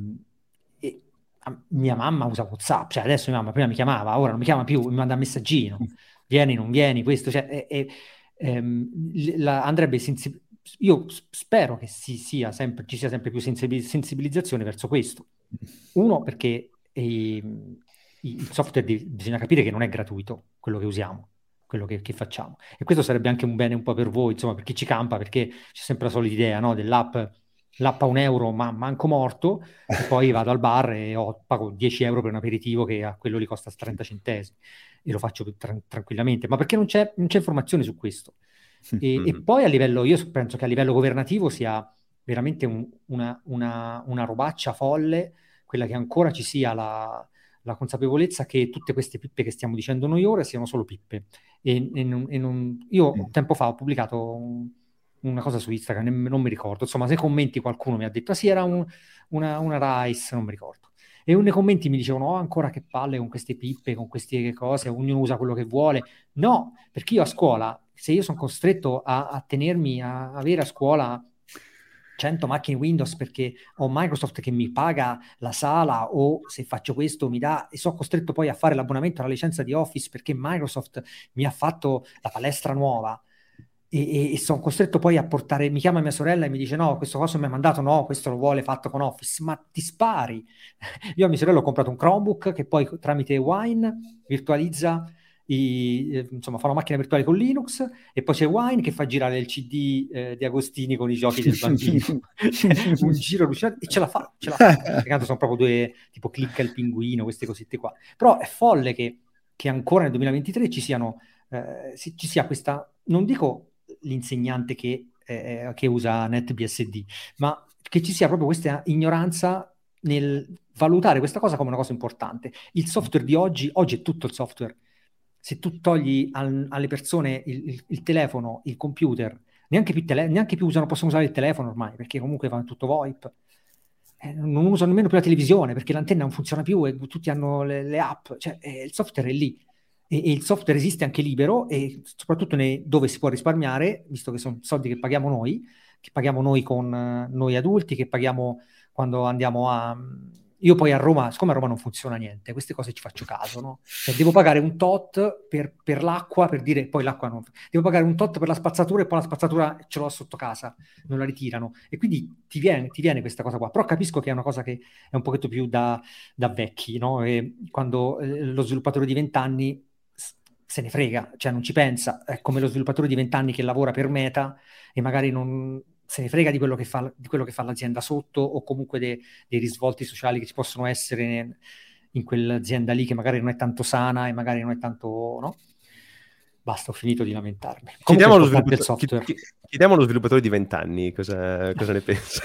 e mia mamma usa WhatsApp, cioè adesso mia mamma prima mi chiamava, ora non mi chiama più, mi manda un messaggino. Vieni, non vieni, questo, cioè, è, è, ehm, la, andrebbe sensi- io spero che si sia sempre, ci sia sempre più sensibil- sensibilizzazione verso questo. Uno, perché eh, il software di, bisogna capire che non è gratuito quello che usiamo, quello che, che facciamo. E questo sarebbe anche un bene un po' per voi, insomma, per chi ci campa, perché c'è sempre la solita idea, no, dell'app, l'app a un euro, ma manco morto, e poi vado al bar e ho, pago dieci euro per un aperitivo che a quello gli costa trenta centesimi. E lo faccio tra- tranquillamente, ma perché non c'è, non c'è informazione su questo. E, mm-hmm. e poi a livello, io penso che a livello governativo sia veramente un, una, una, una robaccia folle quella che ancora ci sia la, la consapevolezza che tutte queste pippe che stiamo dicendo noi ora siano solo pippe. E, e non, e non, io mm. tempo fa ho pubblicato un, una cosa su Instagram, ne, non mi ricordo, insomma se commenti qualcuno mi ha detto ah sì era un, una, una Rice, non mi ricordo. E nei commenti mi dicevano, oh, ancora che palle con queste pippe, con queste cose, ognuno usa quello che vuole. No, perché io a scuola, se io sono costretto a, a tenermi, a avere a scuola cento macchine Windows perché ho Microsoft che mi paga la sala o se faccio questo mi dà, e sono costretto poi a fare l'abbonamento alla licenza di Office perché Microsoft mi ha fatto la palestra nuova, e, e sono costretto poi a portare, mi chiama mia sorella e mi dice no, questo coso mi ha mandato, no, questo lo vuole fatto con Office, ma ti spari. Io a mia sorella ho comprato un Chromebook che poi tramite Wine virtualizza i, insomma fa una macchina virtuale con Linux, e poi c'è Wine che fa girare il C D eh, di Agostini con i giochi del bambino. Cioè, un giro allucinante, e ce la fa, ce la fa. Perché sono proprio due, tipo Clicca il pinguino, queste cosette qua. Però è folle che, che ancora nel duemilaventitré ci siano eh, ci sia questa, non dico l'insegnante che, eh, che usa NetBSD, ma che ci sia proprio questa ignoranza nel valutare questa cosa come una cosa importante. Il software di oggi, oggi è tutto il software. Se tu togli al, alle persone il, il, il telefono, il computer, neanche più, tele, neanche più usano, possono usare il telefono ormai, perché comunque fanno tutto VoIP. Eh, non usano nemmeno più la televisione, perché l'antenna non funziona più e tutti hanno le, le app. Cioè, eh, il software è lì. E, e il software esiste anche libero, e soprattutto nei, dove si può risparmiare, visto che sono soldi che paghiamo noi, che paghiamo noi con uh, noi adulti, che paghiamo quando andiamo a... Io poi a Roma, siccome a Roma non funziona niente, queste cose ci faccio caso, no? Cioè, devo pagare un tot per, per l'acqua, per dire, poi l'acqua non... Devo pagare un tot per la spazzatura e poi la spazzatura ce l'ho sotto casa, non la ritirano. E quindi ti viene, ti viene questa cosa qua. Però capisco che è una cosa che è un pochetto più da, da vecchi, no? E quando eh, lo sviluppatore di vent'anni se ne frega, cioè non ci pensa. È come lo sviluppatore di vent'anni che lavora per Meta e magari non... se ne frega di quello che fa, di quello che fa l'azienda sotto, o comunque de, dei risvolti sociali che ci possono essere in, in quell'azienda lì che magari non è tanto sana e magari non è tanto, no? Basta, ho finito di lamentarmi. Chiediamo allo, sviluppato- chiediamo allo sviluppatore di vent'anni cosa, cosa ne pensa.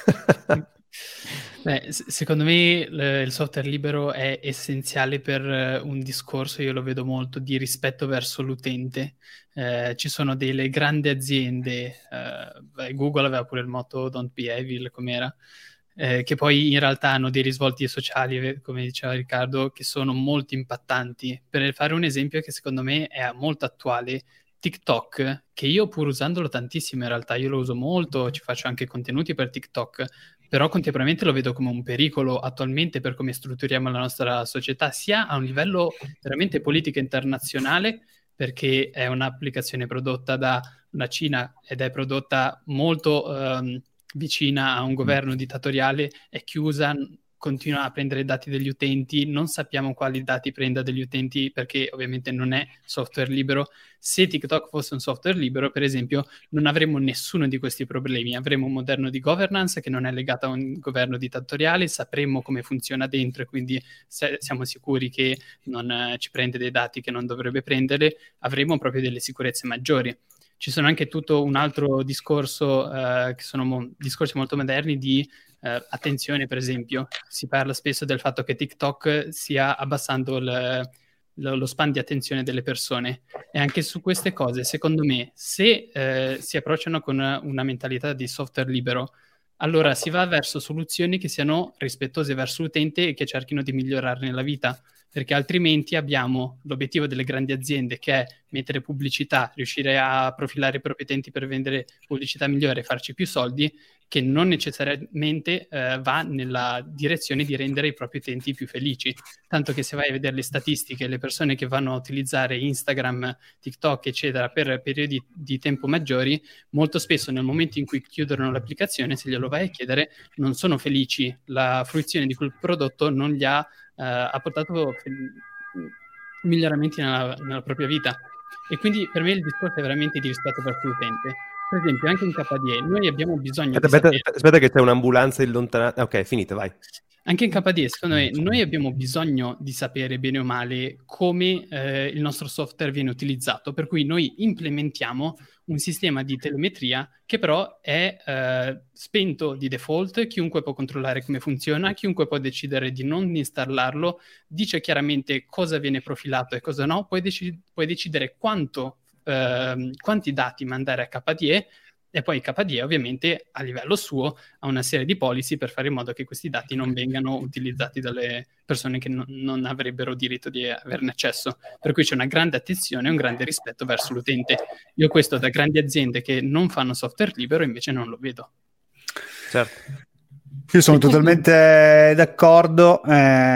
Beh, secondo me il software libero è essenziale per un discorso, io lo vedo molto, di rispetto verso l'utente. Eh, ci sono delle grandi aziende, eh, Google aveva pure il motto Don't be evil, com'era, eh, che poi in realtà hanno dei risvolti sociali, come diceva Riccardo, che sono molto impattanti. Per fare un esempio che secondo me è molto attuale, TikTok, che io pur usandolo tantissimo in realtà, io lo uso molto, ci faccio anche contenuti per TikTok, però contemporaneamente lo vedo come un pericolo attualmente per come strutturiamo la nostra società, sia a un livello veramente politica internazionale, perché è un'applicazione prodotta da una Cina ed è prodotta molto um, vicina a un governo dittatoriale, è chiusa, continua a prendere dati degli utenti, non sappiamo quali dati prenda degli utenti perché ovviamente non è software libero. Se TikTok fosse un software libero, per esempio, non avremmo nessuno di questi problemi, avremmo un modello di governance che non è legato a un governo dittatoriale, sapremmo come funziona dentro e quindi se, siamo sicuri che non eh, ci prende dei dati che non dovrebbe prendere, avremmo proprio delle sicurezze maggiori. Ci sono anche tutto un altro discorso, eh, che sono mo- discorsi molto moderni di Uh, attenzione, per esempio, si parla spesso del fatto che TikTok stia abbassando il, lo, lo span di attenzione delle persone, e anche su queste cose, secondo me, se uh, si approcciano con una mentalità di software libero, allora si va verso soluzioni che siano rispettose verso l'utente e che cerchino di migliorarne la vita, perché altrimenti abbiamo l'obiettivo delle grandi aziende, che è mettere pubblicità, riuscire a profilare i propri utenti per vendere pubblicità migliore e farci più soldi, che non necessariamente eh, va nella direzione di rendere i propri utenti più felici. Tanto che se vai a vedere le statistiche, le persone che vanno a utilizzare Instagram, TikTok, eccetera, per periodi di tempo maggiori, molto spesso nel momento in cui chiudono l'applicazione, se glielo vai a chiedere, non sono felici. La fruizione di quel prodotto non gli ha, eh, ha portato fe- miglioramenti nella, nella propria vita. E quindi per me il discorso è veramente di rispetto verso l'utente. Per esempio, anche in K D E noi abbiamo bisogno aspetta, di sapere... aspetta, aspetta che c'è un'ambulanza in lontananza. Ok, finite, vai. Anche in K D E, secondo me, noi abbiamo bisogno di sapere bene o male come eh, il nostro software viene utilizzato, per cui noi implementiamo un sistema di telemetria che però è eh, spento di default, chiunque può controllare come funziona, chiunque può decidere di non installarlo, dice chiaramente cosa viene profilato e cosa no, puoi, dec- puoi decidere quanto Uh, quanti dati mandare a K D E, e poi K D E ovviamente a livello suo ha una serie di policy per fare in modo che questi dati non vengano utilizzati dalle persone che non, non avrebbero diritto di averne accesso, per cui c'è una grande attenzione e un grande rispetto verso l'utente. Io questo da grandi aziende che non fanno software libero invece non lo vedo. Certo. Io sono totalmente d'accordo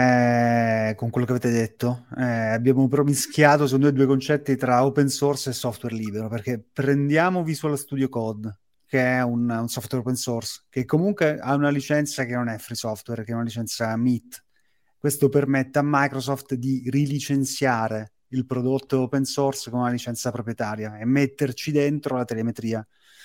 eh, con quello che avete detto. Eh, abbiamo però mischiato secondo me due concetti tra open source e software libero, perché prendiamo Visual Studio Code, che è un, un software open source, che comunque ha una licenza che non è free software, che è una licenza M I T. Questo permette a Microsoft di rilicenziare il prodotto open source con una licenza proprietaria e metterci dentro la telemetria.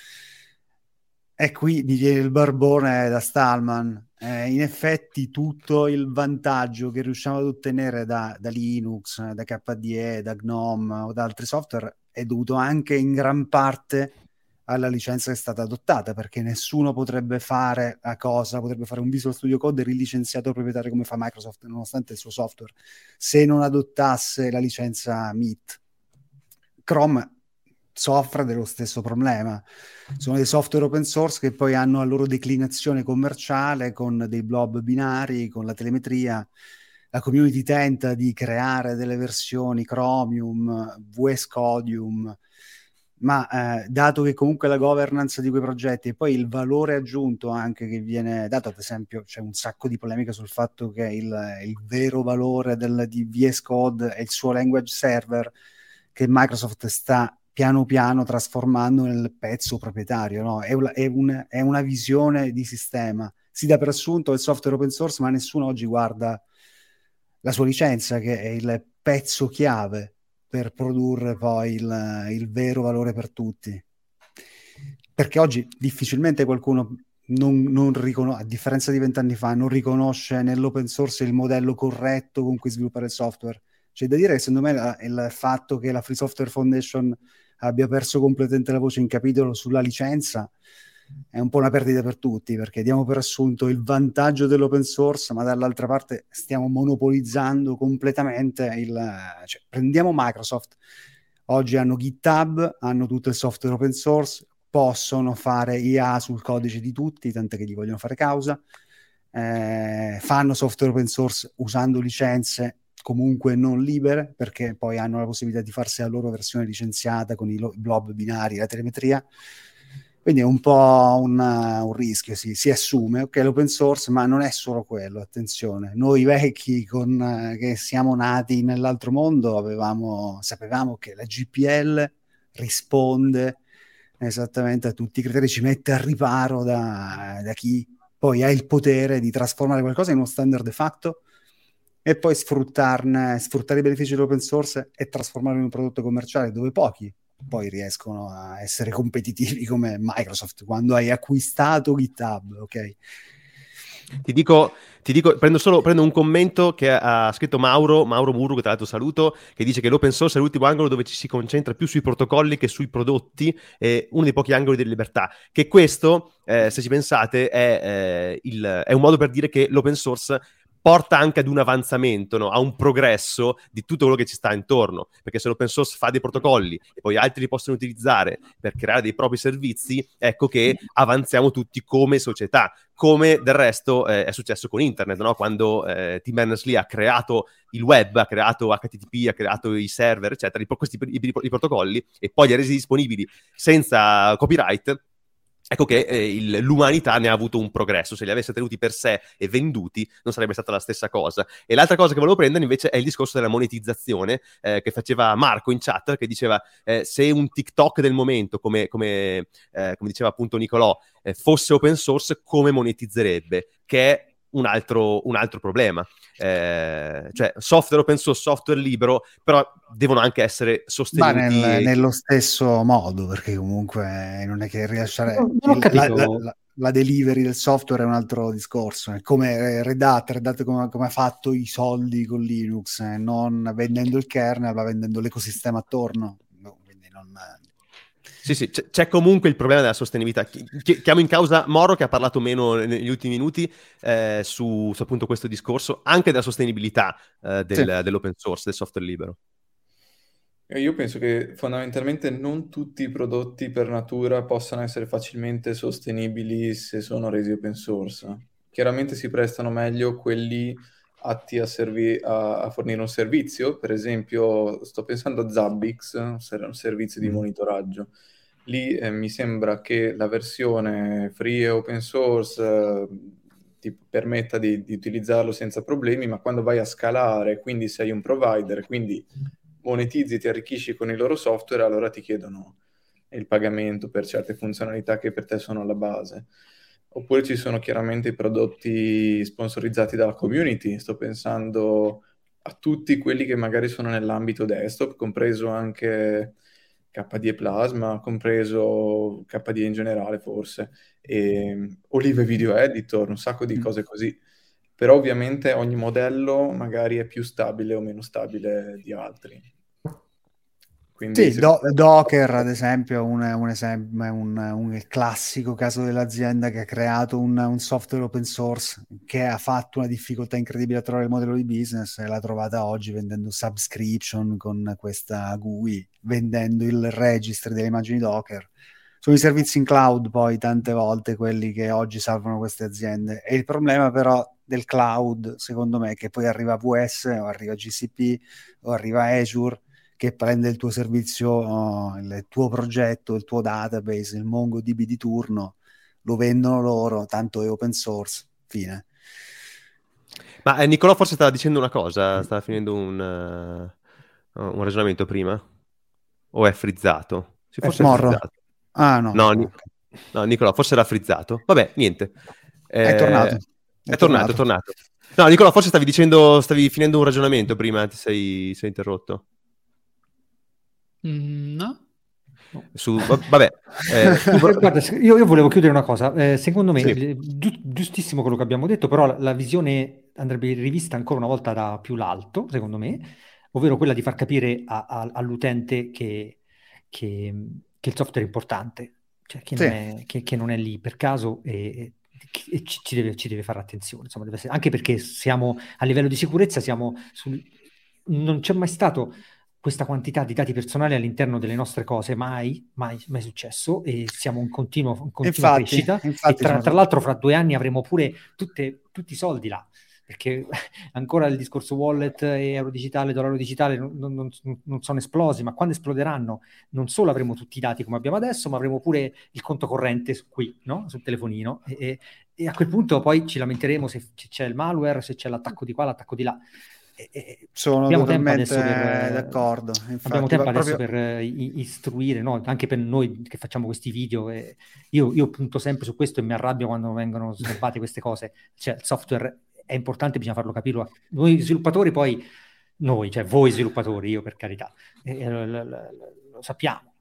E qui mi viene il barbone da Stallman. Eh, in effetti tutto il vantaggio che riusciamo ad ottenere da, da Linux, da K D E, da Gnome o da altri software è dovuto anche in gran parte alla licenza che è stata adottata, perché nessuno potrebbe fare la cosa, potrebbe fare un Visual Studio Code rilicenziato al proprietario come fa Microsoft, nonostante il suo software, se non adottasse la licenza M I T. Chrome soffre dello stesso problema. Sono dei software open source che poi hanno la loro declinazione commerciale con dei blob binari, con la telemetria. La community tenta di creare delle versioni Chromium, V S Codium, ma eh, dato che comunque la governance di quei progetti e poi il valore aggiunto anche che viene dato, ad esempio c'è un sacco di polemica sul fatto che il, il vero valore del, di V S Code è il suo language server, che Microsoft sta piano piano trasformando nel pezzo proprietario, no? È, un, è, un, è una visione di sistema, si dà per assunto il software open source, ma nessuno oggi guarda la sua licenza, che è il pezzo chiave per produrre poi il, il vero valore per tutti. Perché oggi difficilmente qualcuno non, non riconosce, a differenza di vent'anni fa, non riconosce nell'open source il modello corretto con cui sviluppare il software. C'è da dire che secondo me la, il fatto che la Free Software Foundation abbia perso completamente la voce in capitolo sulla licenza è un po' una perdita per tutti, perché diamo per assunto il vantaggio dell'open source, ma dall'altra parte stiamo monopolizzando completamente il... Cioè, prendiamo Microsoft, oggi hanno GitHub, hanno tutto il software open source, possono fare I A sul codice di tutti, tant'è che gli vogliono fare causa, eh, fanno software open source usando licenze comunque non libere, perché poi hanno la possibilità di farsi la loro versione licenziata con i blob binari, la telemetria. Quindi è un po' un, un rischio, sì. Si assume, ok, l'open source, ma non è solo quello, attenzione. Noi vecchi con, eh, che siamo nati nell'altro mondo avevamo, sapevamo che la G P L risponde esattamente a tutti i criteri, ci mette al riparo da, da chi poi ha il potere di trasformare qualcosa in uno standard de facto e poi sfruttarne, sfruttare i benefici dell'open source e trasformarlo in un prodotto commerciale dove pochi poi riescono a essere competitivi come Microsoft quando hai acquistato GitHub, ok? Ti dico, ti dico prendo solo prendo un commento che ha scritto Mauro, Mauro Muru, che tra l'altro saluto, che dice che l'open source è l'ultimo angolo dove ci si concentra più sui protocolli che sui prodotti, è uno dei pochi angoli di libertà. Che questo, eh, se ci pensate, è, eh, il, è un modo per dire che l'open source porta anche ad un avanzamento, no? A un progresso di tutto quello che ci sta intorno, perché se l'open source fa dei protocolli e poi altri li possono utilizzare per creare dei propri servizi, ecco che avanziamo tutti come società, come del resto eh, è successo con internet, no? Quando eh, Tim Berners-Lee ha creato il web, ha creato H T T P, ha creato i server, eccetera, i, questi i, i, i protocolli, e poi li ha resi disponibili senza copyright. Ecco che eh, il, l'umanità ne ha avuto un progresso. Se li avesse tenuti per sé e venduti non sarebbe stata la stessa cosa. E l'altra cosa che volevo prendere invece è il discorso della monetizzazione eh, che faceva Marco in chat, che diceva eh, se un TikTok del momento, come, come, eh, come diceva appunto Nicolò, eh, fosse open source, come monetizzerebbe? Che è un altro, un altro problema. Eh, cioè software open source, software libero, però devono anche essere sostenuti. Ma nel, e... nello stesso modo, perché comunque non è che rilasciare non, non ho capito. La, la, la, la delivery del software è un altro discorso. È come Red Hat, Red Hat come, come ha fatto i soldi con Linux, eh, non vendendo il kernel, ma vendendo l'ecosistema attorno. No, quindi non... Sì, sì, c'è, c'è comunque il problema della sostenibilità. Ch- chiamo in causa Moro, che ha parlato meno negli ultimi minuti eh, su, su appunto questo discorso, anche della sostenibilità eh, del, sì. dell'open source, del software libero. Io penso che fondamentalmente non tutti i prodotti per natura possano essere facilmente sostenibili se sono resi open source. Chiaramente si prestano meglio quelli atti a, servi- a, a fornire un servizio. Per esempio, sto pensando a Zabbix, un servizio di monitoraggio. Lì eh, mi sembra che la versione free e open source eh, ti permetta di, di utilizzarlo senza problemi, ma quando vai a scalare, quindi sei un provider, quindi monetizzi, ti arricchisci con il loro software, allora ti chiedono il pagamento per certe funzionalità che per te sono alla base. Oppure ci sono chiaramente i prodotti sponsorizzati dalla community. Sto pensando a tutti quelli che magari sono nell'ambito desktop, compreso anche K D E Plasma, compreso K D E in generale forse, e Olive Video Editor, un sacco di cose così. Però ovviamente ogni modello magari è più stabile o meno stabile di altri. Quindi sì, Do- Docker ad esempio è un, un, esempio, è un, un classico caso dell'azienda che ha creato un, un software open source che ha fatto una difficoltà incredibile a trovare il modello di business e l'ha trovata oggi vendendo subscription con questa G U I, vendendo il registry delle immagini Docker. Sono i servizi in cloud poi tante volte quelli che oggi salvano queste aziende, e il problema però del cloud secondo me è che poi arriva A W S o arriva G C P o arriva Azure che prende il tuo servizio, oh, il tuo progetto, il tuo database, il MongoDB di turno, lo vendono loro, tanto è open source, fine. Ma eh, Nicolò forse stava dicendo una cosa, stava finendo un, uh, un ragionamento prima? O è frizzato? Sì, forse è, Morro. frizzato. Ah no. No, no, Ni- okay. no, Nicolò, forse era frizzato. Vabbè, niente. Eh, è tornato. È, è tornato, è tornato. No, Nicolò, forse stavi dicendo, stavi finendo un ragionamento prima, ti sei, sei interrotto. Mm, no? Su, vabbè, eh, tu... Guarda, io, io volevo chiudere una cosa. Eh, secondo me, sì. gi- giustissimo quello che abbiamo detto, però la, la visione andrebbe rivista ancora una volta da più l'alto, secondo me, ovvero quella di far capire a, a, all'utente che, che, che il software è importante, cioè che, Sì. non, è, che, che non è lì per caso e, e ci, ci, deve, ci deve fare attenzione, insomma, deve essere, anche perché siamo a livello di sicurezza, siamo sul, non c'è mai stato questa quantità di dati personali all'interno delle nostre cose, mai, mai, mai successo, e siamo in, continuo, in continua infatti, crescita, infatti e tra, tra l'altro fra due anni avremo pure tutte, tutti i soldi là, perché ancora il discorso wallet e euro digitale, dollaro digitale non, non, non sono esplosi, ma quando esploderanno non solo avremo tutti i dati come abbiamo adesso, ma avremo pure il conto corrente qui, no? Sul telefonino, e, e, e a quel punto poi ci lamenteremo se c'è il malware, se c'è l'attacco di qua, l'attacco di là. E, e sono abbiamo tempo totalmente adesso per, d'accordo. Infatti, abbiamo tempo adesso proprio... per uh, istruire, no? Anche per noi che facciamo questi video. E io, io punto sempre su questo e mi arrabbio quando vengono snobbate queste cose. Cioè, il software è importante, bisogna farlo capire. Noi sviluppatori poi, noi, cioè voi sviluppatori, io per carità, eh, lo, lo, lo, lo sappiamo.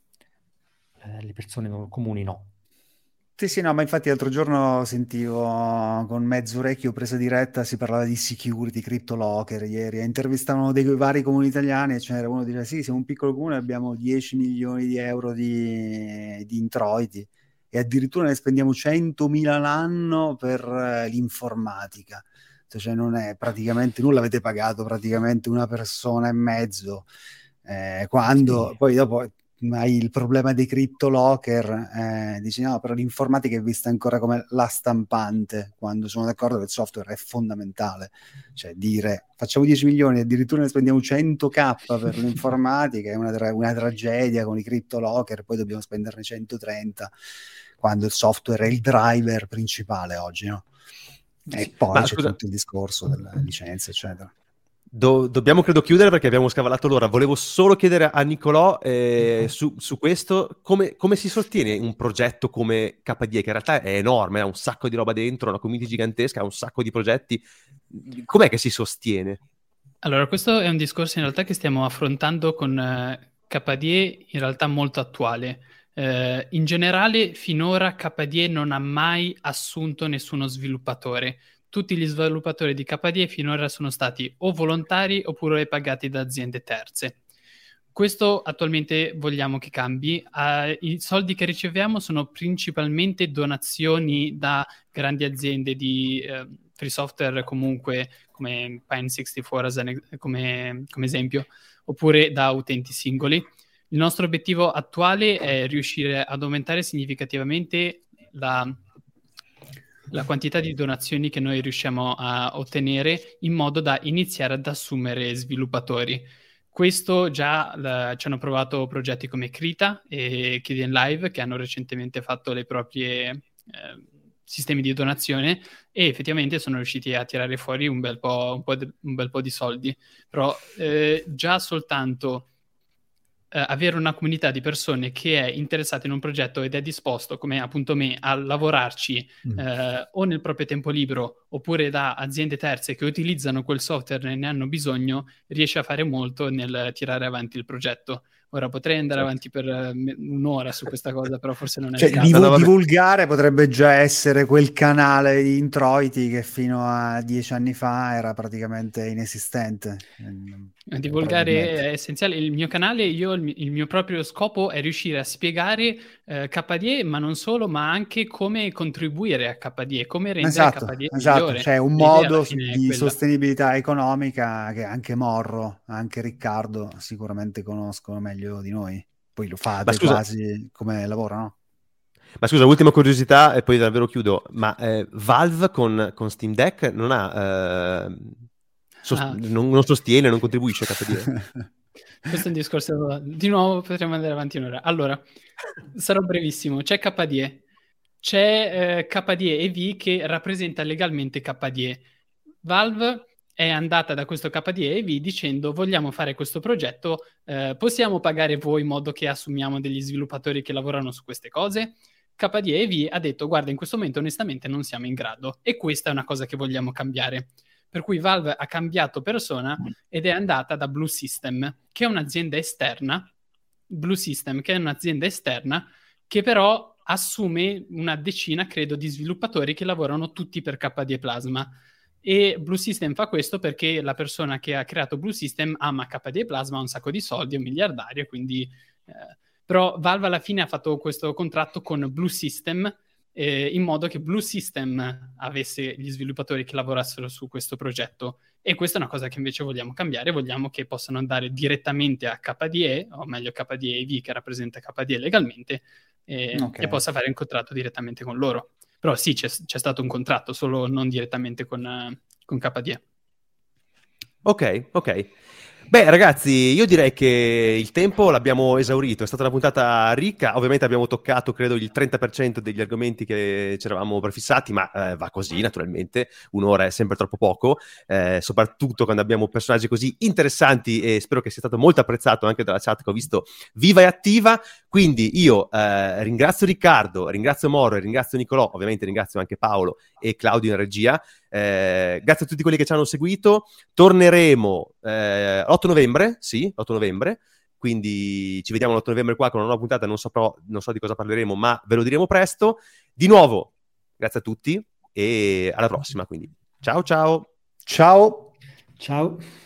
Eh, le persone comuni no. Sì, sì, no, ma infatti l'altro giorno sentivo con mezzo orecchio presa diretta, si parlava di security, CryptoLocker ieri, intervistavano dei vari comuni italiani e ce n'era uno che diceva sì, siamo un piccolo comune, abbiamo dieci milioni di euro di, di introiti e addirittura ne spendiamo centomila l'anno per uh, l'informatica, cioè non è praticamente nulla, avete pagato praticamente una persona e mezzo, eh, quando sì. Poi dopo... hai il problema dei CryptoLocker, eh, dici no, però l'informatica è vista ancora come la stampante, quando sono d'accordo che il software è fondamentale, cioè dire facciamo dieci milioni e addirittura ne spendiamo cento k per l'informatica è una, tra- una tragedia con i CryptoLocker, poi dobbiamo spenderne centotrenta quando il software è il driver principale oggi, no? E sì. Poi Ma c'è scusa. tutto il discorso della licenza eccetera. Do- dobbiamo credo chiudere perché abbiamo scavalato l'ora. Volevo solo chiedere a Nicolò eh, su, su questo come, come si sostiene un progetto come K D E, che in realtà è enorme, ha un sacco di roba dentro, una community gigantesca, ha un sacco di progetti. Com'è che si sostiene? Allora, questo è un discorso in realtà che stiamo affrontando con eh, K D E, in realtà molto attuale. Eh, in generale, finora K D E non ha mai assunto nessuno sviluppatore. Tutti gli sviluppatori di K D E finora sono stati o volontari oppure pagati da aziende terze. Questo attualmente vogliamo che cambi. Uh, i soldi che riceviamo sono principalmente donazioni da grandi aziende di uh, free software, comunque come Pine sessantaquattro come, come esempio, oppure da utenti singoli. Il nostro obiettivo attuale è riuscire ad aumentare significativamente la... la quantità di donazioni che noi riusciamo a ottenere in modo da iniziare ad assumere sviluppatori. Questo già la, ci hanno provato progetti come Krita e Kdenlive che hanno recentemente fatto le proprie eh, sistemi di donazione e effettivamente sono riusciti a tirare fuori un bel po', un po', de, un bel po' di soldi. Però eh, già soltanto Uh, avere una comunità di persone che è interessata in un progetto ed è disposto, come appunto me, a lavorarci mm. uh, o nel proprio tempo libero oppure da aziende terze che utilizzano quel software e ne hanno bisogno, riesce a fare molto nel tirare avanti il progetto. Ora potrei andare certo. avanti per uh, un'ora su questa cosa, però forse non è cioè, il caso. Div- no, divulgare potrebbe già essere quel canale di introiti che fino a dieci anni fa era praticamente inesistente. Divulgare è essenziale. Il mio canale, io il mio, il mio proprio scopo è riuscire a spiegare eh, K D E, ma non solo, ma anche come contribuire a K D E, come rendere esatto, K D E esatto. migliore. C'è un L'idea alla modo fine è di quella. sostenibilità economica che anche Morro, anche Riccardo sicuramente conoscono meglio di noi. Poi lo fate scusa, quasi come lavoro, no? Ma scusa, ultima curiosità e poi davvero chiudo. Ma eh, Valve con, con Steam Deck non ha... Eh, sost- Ah. non, non sostiene, non contribuisce a K D E? Questo è un discorso, di nuovo potremmo andare avanti un'ora. Allora, sarò brevissimo. C'è K D E, c'è eh, K D E E V che rappresenta legalmente K D E. Valve è andata da questo K D E E V dicendo vogliamo fare questo progetto, eh, possiamo pagare voi in modo che assumiamo degli sviluppatori che lavorano su queste cose? K D E E V ha detto guarda, in questo momento onestamente non siamo in grado e questa è una cosa che vogliamo cambiare. Per cui Valve ha cambiato persona ed è andata da Blue System, che è un'azienda esterna, Blue System, che è un'azienda esterna, che però assume una decina, credo, di sviluppatori che lavorano tutti per K D E Plasma. E Blue System fa questo perché la persona che ha creato Blue System ama K D E Plasma, ha un sacco di soldi, è un miliardario, quindi... Eh, però Valve alla fine ha fatto questo contratto con Blue System, Eh, in modo che Blue System avesse gli sviluppatori che lavorassero su questo progetto, e questa è una cosa che invece vogliamo cambiare. Vogliamo che possano andare direttamente a K D E, o meglio K D E E V che rappresenta K D E legalmente, e, okay. e possa fare un contratto direttamente con loro. Però sì, c'è, c'è stato un contratto, solo non direttamente con, uh, con K D E. Ok, ok. Beh, ragazzi, io direi che il tempo l'abbiamo esaurito, è stata una puntata ricca, ovviamente abbiamo toccato, credo, il trenta per cento degli argomenti che ci eravamo prefissati, ma eh, va così, naturalmente, un'ora è sempre troppo poco, eh, soprattutto quando abbiamo personaggi così interessanti, e spero che sia stato molto apprezzato anche dalla chat che ho visto viva e attiva. Quindi io eh, ringrazio Riccardo, ringrazio Moro e ringrazio Nicolò, ovviamente ringrazio anche Paolo e Claudio in regia. Eh, grazie a tutti quelli che ci hanno seguito. Torneremo eh, l'otto novembre, sì, l'otto novembre, quindi ci vediamo l'otto novembre qua con una nuova puntata, non saprò, non so di cosa parleremo, ma ve lo diremo presto. Di nuovo, grazie a tutti e alla prossima, quindi ciao ciao. Ciao. Ciao.